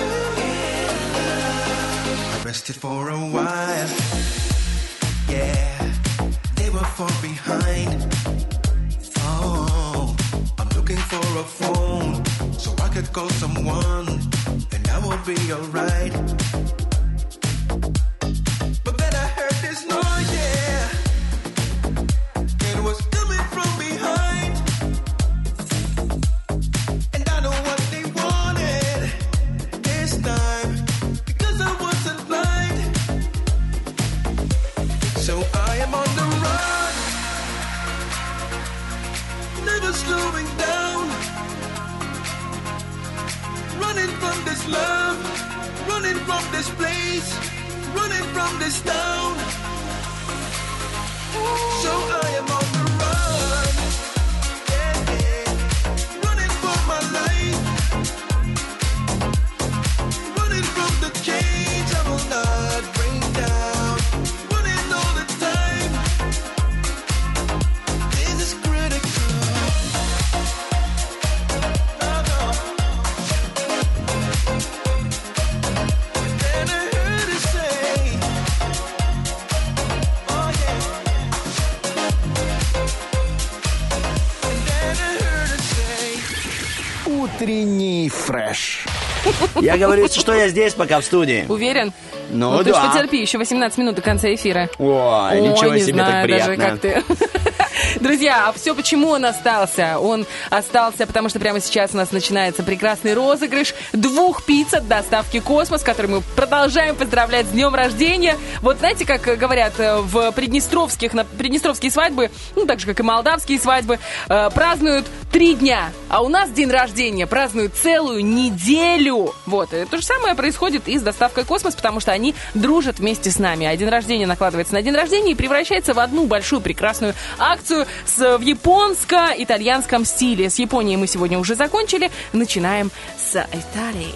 I rested for a while, yeah, they were far behind. Oh, I'm looking for a phone so I could call someone and I will be alright. But then I heard this noise, yeah, it was coming from behind. And I know what they wanted this time because I wasn't blind. So I am on the run, never slowing down, running from this love, running from this place, running from this town. So I am on the run, yeah, yeah. Running for my life, running from the cage I will not bring down, running all the time. This is critical. No, no. Утренний фреш. Я говорю, что я здесь пока в студии. Уверен? Ну ты ж да. потерпи, еще 18 минут до конца эфира. Ой, ничего не себе, знаю так даже, приятно. как ты. Друзья, а все почему он остался? Он остался, потому что прямо сейчас у нас начинается прекрасный розыгрыш 2 пиц от доставки «Космос», который мы продолжаем поздравлять с днем рождения. Вот знаете, как говорят в приднестровские свадьбы, ну так же, как и молдавские свадьбы, празднуют 3 дня, а у нас день рождения празднуют целую неделю. Вот, и то же самое происходит и с доставкой «Космос», потому что они дружат вместе с нами. А день рождения накладывается на день рождения и превращается в одну большую прекрасную акцию в японско-итальянском стиле. С Японией мы сегодня уже закончили. Начинаем с Италии.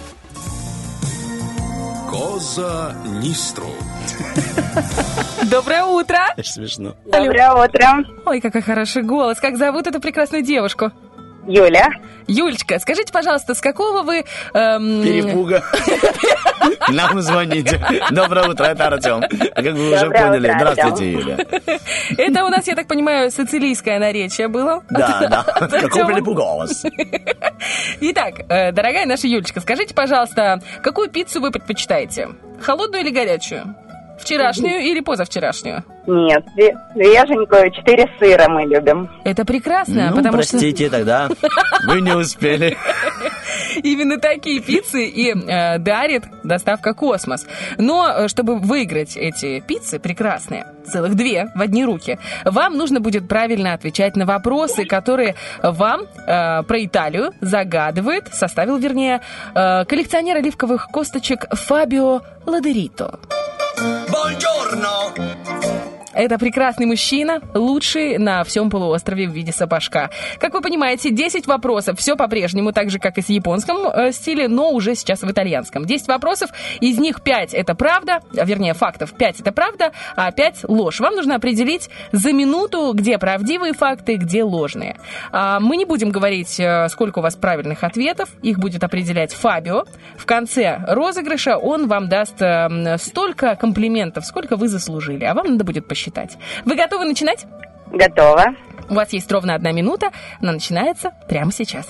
Коза Нистру. Доброе утро! Смешно. Доброе утро. Ой, какой хороший голос. Как зовут эту прекрасную девушку? Юля. Юлечка, скажите, пожалуйста, с какого вы... Перепуга. Нам звоните. Доброе утро, это Артем. Как вы уже Доброе поняли. утро, Здравствуйте, Юля. Это у нас, я так понимаю, сицилийское наречие было? Да. Какой перепугалась. Итак, дорогая наша Юлечка, скажите, пожалуйста, какую пиццу вы предпочитаете? Холодную или горячую? Вчерашнюю или позавчерашнюю? Нет, свеженькую, 4 сыра мы любим. Это прекрасно, Ну, потому простите, тогда вы не успели. Именно такие пиццы и дарит доставка «Космос». Но чтобы выиграть эти пиццы прекрасные, целых 2 в одни руки, вам нужно будет правильно отвечать на вопросы, которые вам про Италию составил, коллекционер оливковых косточек Фабио Ладерито. Buongiorno! Это прекрасный мужчина, лучший на всем полуострове в виде сапожка. Как вы понимаете, 10 вопросов, все по-прежнему, так же, как и с японском стиле, но уже сейчас в итальянском. 10 вопросов, из них 5 это правда, фактов 5 это правда, а 5 ложь. Вам нужно определить за минуту, где правдивые факты, где ложные. Мы не будем говорить, сколько у вас правильных ответов, их будет определять Фабио. В конце розыгрыша он вам даст столько комплиментов, сколько вы заслужили, а вам надо будет посчитать. Вы готовы начинать? Готово. У вас есть ровно 1 минута. Она начинается прямо сейчас.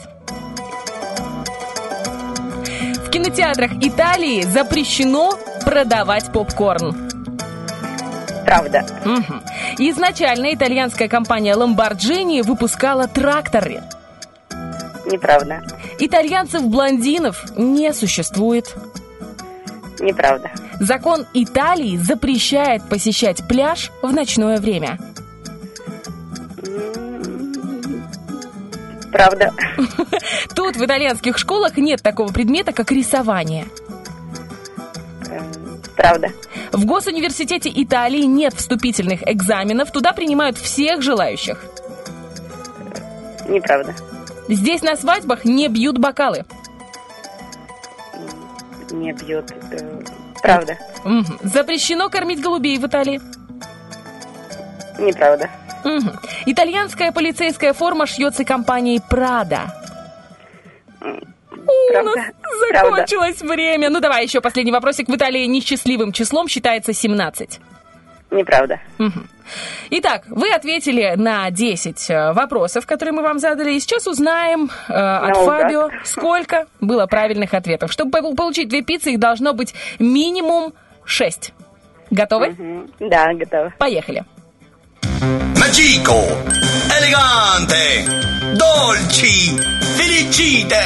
В кинотеатрах Италии запрещено продавать попкорн. Правда. Угу. Изначально итальянская компания Lamborghini выпускала тракторы. Неправда. Итальянцев-блондинов не существует. Неправда. Закон Италии запрещает посещать пляж в ночное время. Правда. Тут в итальянских школах нет такого предмета, как рисование. Правда. В Госуниверситете Италии нет вступительных экзаменов. Туда принимают всех желающих. Неправда. Здесь на свадьбах не бьют бокалы. Не бьют. Правда. Угу. Запрещено кормить голубей в Италии. Неправда. Угу. Итальянская полицейская форма шьется компанией Prada. У нас закончилось время. Ну, давай еще последний вопросик. В Италии несчастливым числом считается 17. Неправда. Угу. Итак, вы ответили на 10 вопросов, которые мы вам задали. И сейчас узнаем от Фабио, сколько было правильных ответов. Чтобы получить 2 пиццы, их должно быть минимум 6. Готовы? Угу. Да, готовы. Поехали. Magico, elegante, dolci, felicite.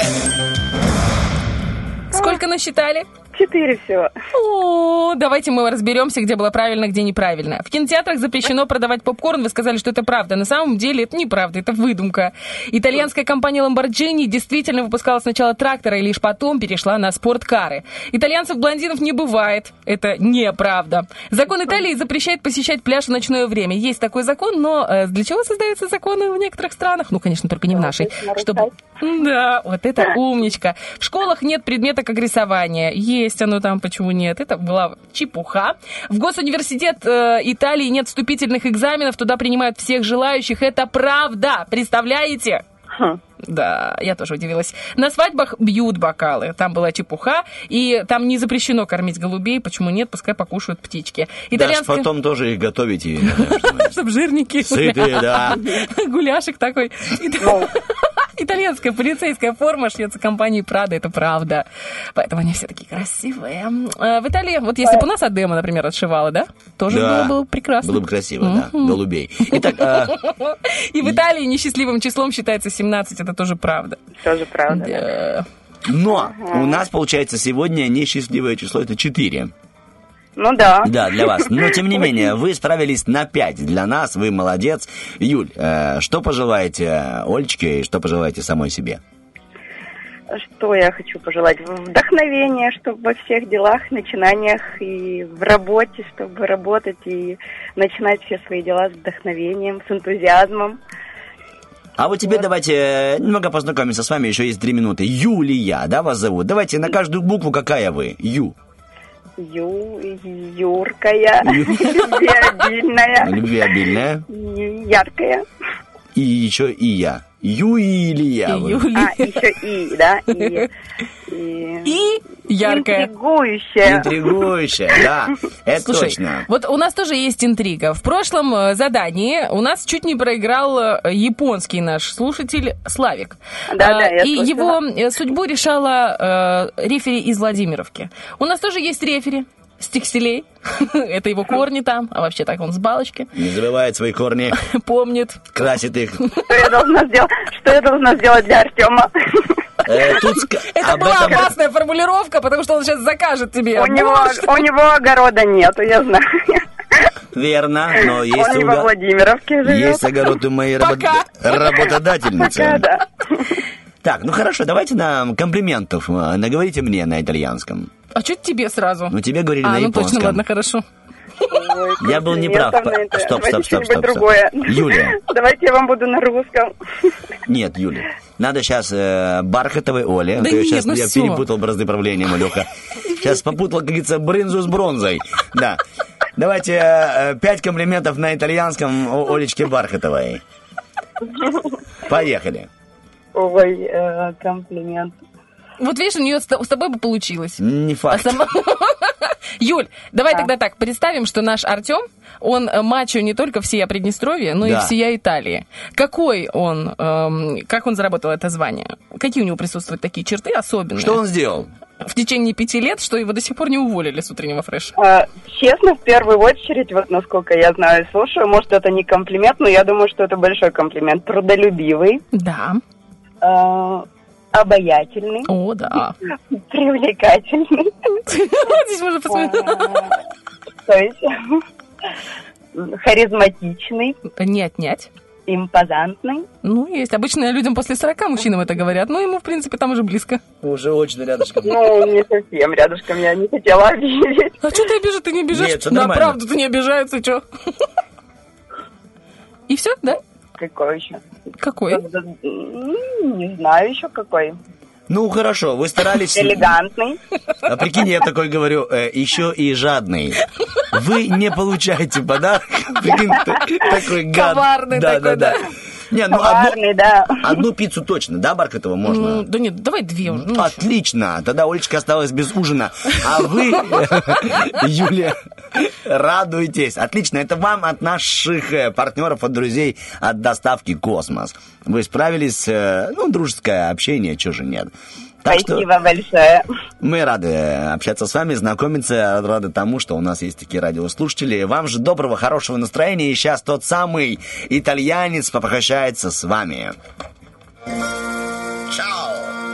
Сколько насчитали? 4 всего. О, давайте мы разберемся, где было правильно, где неправильно. В кинотеатрах запрещено продавать попкорн. Вы сказали, что это правда. На самом деле это неправда, это выдумка. Итальянская компания Lamborghini действительно выпускала сначала тракторы и лишь потом перешла на спорткары. Итальянцев-блондинов не бывает. Это неправда. Закон Италии запрещает посещать пляж в ночное время. Есть такой закон, но для чего создаются законы в некоторых странах? Ну, конечно, только не в нашей. Чтобы... Да, вот это умничка. В школах нет предмета как рисование. Есть оно там, почему нет? Это была чепуха. В Госуниверситет Италии нет вступительных экзаменов, туда принимают всех желающих. Это правда, представляете? Да, я тоже удивилась. На свадьбах бьют бокалы. Там была чепуха, и там не запрещено кормить голубей. Почему нет? Пускай покушают птички. Даже потом тоже их готовите. Чтоб жирненькие. Сытые, да. Гуляшек такой. Итальянская полицейская форма шьется компанией Prada, это правда. Поэтому они все такие красивые. В Италии, вот если бы у нас Адема, например, отшивала, да? Тоже Да. было бы прекрасно. Было бы красиво, да, голубей. Итак, И в Италии несчастливым числом считается 17, это тоже правда. Тоже правда. но у нас, получается, сегодня несчастливое число, это 4. Ну да. Да, для вас. Но, тем не менее, вы справились на 5. Для нас вы молодец. Юль, что пожелаете Олечке и что пожелаете самой себе? Что я хочу пожелать? Вдохновения, чтобы во всех делах, начинаниях и в работе, чтобы работать и начинать все свои дела с вдохновением, с энтузиазмом. А вот теперь давайте немного познакомимся с вами, еще есть 3 минуты. Юлия, да, вас зовут? Давайте на каждую букву какая вы? Юркая, любвеобильная, Любвеобильная. яркая. И еще и я. Юлия. вы. Еще и, да? И яркая. Интригующая. Интригующая, да. Это Слушай, точно. вот у нас тоже есть интрига. В прошлом задании у нас чуть не проиграл японский наш слушатель Славик. Да, я И слышала. его судьбу решала рефери из Владимировки. У нас тоже есть рефери с текстилей. Это его корни там, а вообще так он с балочки. Не забывает свои корни, Помнит. красит их. Что я должна сделать для Артема? Это была опасная формулировка, потому что он сейчас закажет тебе. У него огорода нету, я знаю. Верно, но есть Он не во Владимировке живет. Есть огород у моей работодательницы. Пока, да. Так, ну хорошо, давайте нам комплиментов наговорите мне на итальянском. А что тебе сразу? Ну, тебе говорили на ну японском. точно, ладно, хорошо. Я был неправ. Стоп. Другое. Юлия. Давайте я вам буду на русском. Нет, Юля. Надо сейчас Бархатовой Оле. Да а то нет, сейчас ну я всё. перепутал бразды правления, Малюха. Сейчас попутал, как говорится, брынзу с бронзой. Да. Давайте 5 комплиментов на итальянском Олечке Бархатовой. Поехали. Ой, комплимент. Вот видишь, у нее с тобой бы получилось. Не факт. Юль, давай тогда так, представим, что наш Артем, он мачо не только всея Приднестровья, но и Да. всея Италии. Какой он, как он заработал это звание? Какие у него присутствуют такие черты особенные? Что он сделал? В течение 5 лет, что его до сих пор не уволили с утреннего фреша. Честно, в первую очередь, вот насколько я знаю и слушаю, может, это не комплимент, но я думаю, что это большой комплимент. Трудолюбивый. Да. Обаятельный. О, да. Привлекательный. Здесь можно посмотреть. То есть харизматичный. Не отнять. Импозантный. Ну, есть. Обычно людям после 40 мужчинам это говорят, но ему, в принципе, там уже близко. Уже очень рядышком. Ну, не совсем рядышком, я не хотела обидеть. А что ты обижаешь? Ты не обижаешь? Нет, всё На нормально. правду ты не обижаются, что? И все, да? Какой еще? Какой? Не знаю еще какой. Ну, хорошо, вы старались... Элегантный. А прикинь, я такой говорю, еще и жадный. Вы не получаете подарок. Прикинь, такой гад. Коварный такой, да. Не, ну Коварный, да. одну пиццу точно, да, Бархатова, можно? Ну, да нет, давай 2 уже. Ну, Отлично, тогда Олечка осталась без ужина. А вы, Юлия, радуйтесь. Отлично, это вам от наших партнеров, от друзей, от доставки «Космос». Вы справились, дружеское общение, чего же нет. Так Спасибо большое. мы рады общаться с вами, знакомиться, рады тому, что у нас есть такие радиослушатели. Вам же доброго, хорошего настроения. И сейчас тот самый итальянец попрощается с вами. Чао.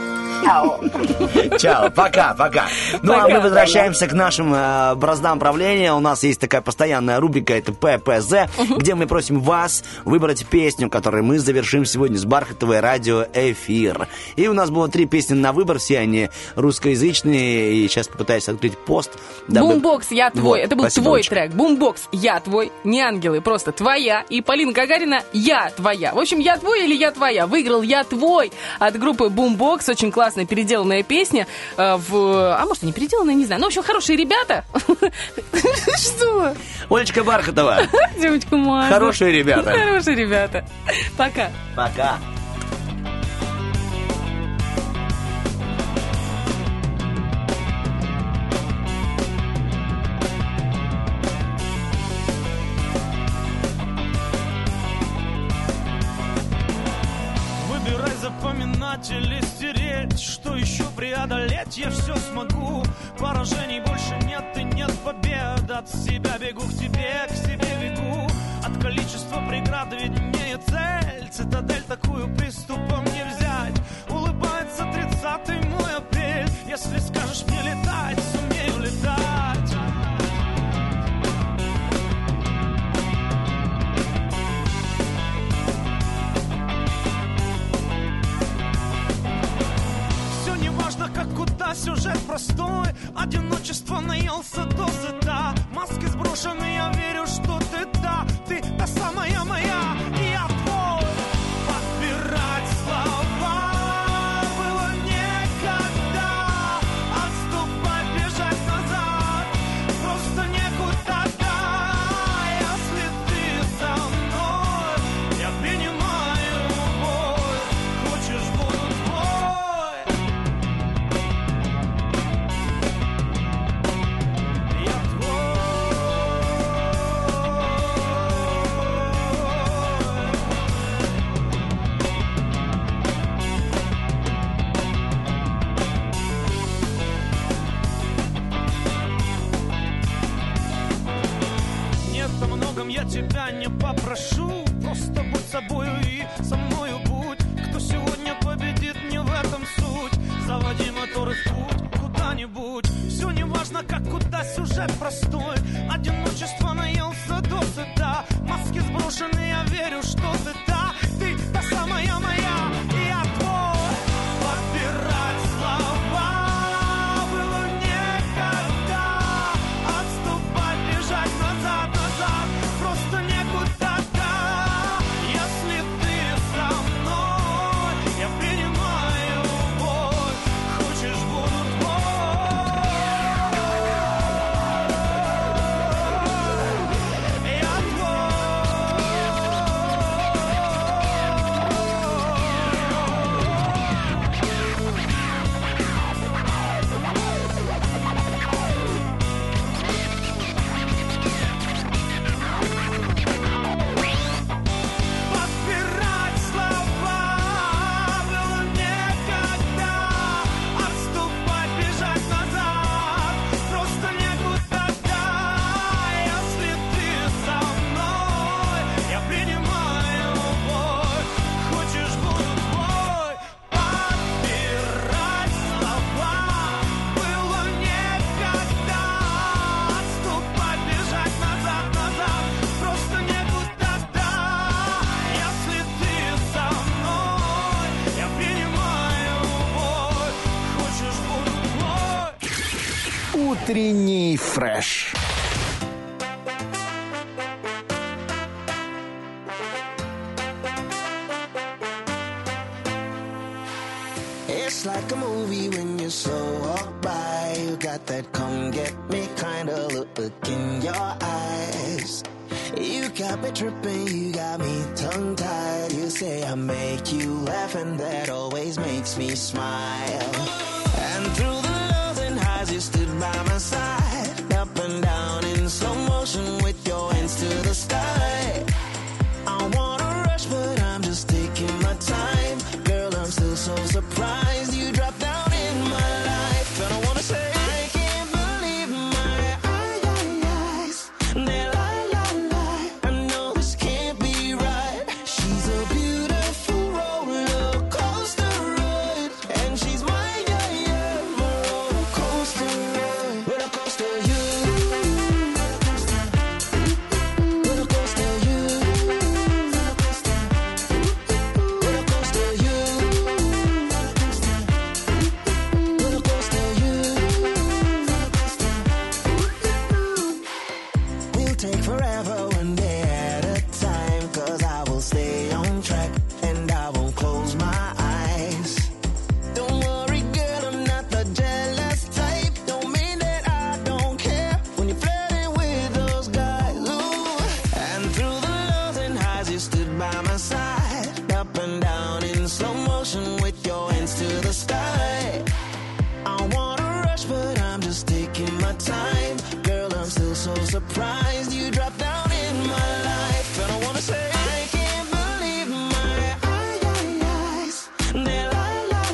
Чао, пока. Ну, а мы возвращаемся к нашим браздам правления. У нас есть такая постоянная рубрика, это ППЗ, где мы просим вас выбрать песню, которую мы завершим сегодня с Бархатовой радиоэфир. И у нас было 3 песни на выбор, все они русскоязычные. И сейчас попытаюсь открыть пост. Бумбокс, я твой. Вот, Это был спасибо, твой Олечка. трек. Бумбокс, я твой. Не ангелы, просто твоя. И Полина Гагарина, я твоя. В общем, я твой или я твоя. Выиграл я твой от группы Бумбокс. Очень классная переделанная песня. А может и не переделанная, не знаю. Ну, в общем, хорошие ребята. Что? Олечка Бархатова. Девочка Маша. Хорошие ребята. Хорошие ребята. Пока. Пока. Выбирай, запоминай. забыть или стереть, что еще преодолеть я все смогу. Поражений больше нет и нет побед. От себя бегу к тебе бегу. От количества преград виднее цель. Цитадель такую приступом не взять. Улыбается 30-й мой апрель. Если скажешь мне летать, сумею летать. Все не важно, как куда, сюжет простой. Одиночество наелся досыта. Маски сброшены, я верю, что ты та самая моя, и я твой. Подбирать слова было некогда. Отступать, бежать назад просто некуда. Если ты со мной, я принимаю бой. Хочешь, буду твой. Я твой. Нет, о многом я тебя не попрошу. Просто будь собою и со мною будь. Кто сегодня победит, не в этом суть. Заводи моторы в путь куда-нибудь. Все не важно, как куда, сюжет простой. Одиночество наелся досыта. Маски сброшены, я верю, что ты та самая моя, и я твой. Подбирать слова было некогда. Отступать, бежать назад просто некуда. Если ты со мной, я принимаю бой. Хочешь, буду твой. Я твой. Подбирать слова было некогда. Отступать, бежать назад просто некуда. Если ты со мной, я принимаю бой. Хочешь, буду твой. Подбирать слова было некогда. Отступать, бежать назад просто некуда. Если ты со мной, я принимаю бой. Хочешь, буду твой. Утренний фреш. It's like a movie when you slow walk by. You got that come get me kind of look in your eyes. You got me tripping, you got me tongue tied. You say I make you laugh and that always makes me smile. And through the lows and highs you stood by my side. Up and down in slow motion with your hands to the sky. I wanna rush but I'm just taking my time. Girl, I'm still so surprised you dropped down in my life. And I wanna say I can't believe my eyes. They lie, lie, lie. I know this can't be right. She's a beautiful roller coaster ride. And she's my roller coaster ride. Roller coaster you. Roller coaster you. Roller coaster you. Roller coaster you. We'll take forever one day at a time. 'Cause I will stay on track and I won't close my eyes. Don't worry, girl, I'm not the jealous type. Don't mean that I don't care when you're flirting with those guys. Ooh. And through the lows and highs, you stood by my side. Up and down in slow motion with your hands to the sky. I wanna rush, but I'm just taking my time. Girl, I'm still so surprised you dropped down in my life. And I wanna say I can't believe my eyes. They lie, lie,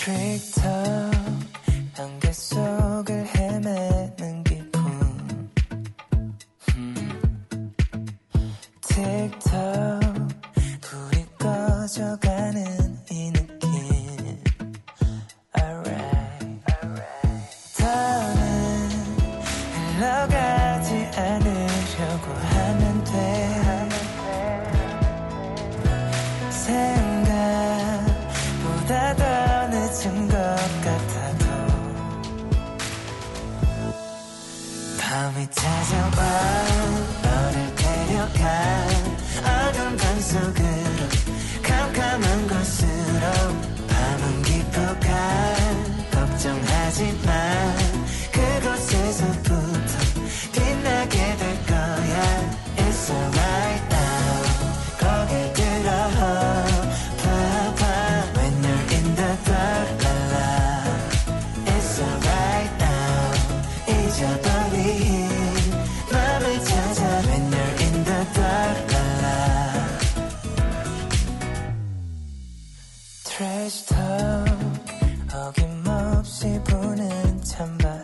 트릭터 안개 속을 헤매는 기분 틱톡 불이 꺼져가는 이 느낌 Alright 더는 흘러가지 않으려고 하면 돼 생각보다 더 늦은 것 같아도 밤이 찾아와 너를 데려가 어둠 방 속으로 캄캄한 곳으로 밤은 깊어가 걱정하지 마 그곳에서부터 빛나게 될 거야 It's alright now 거길 들어 When you're in the dark la la It's alright now 잊어버린 맘을 찾아 When you're in the dark la la Trash talk 어김없이 부는 찬바람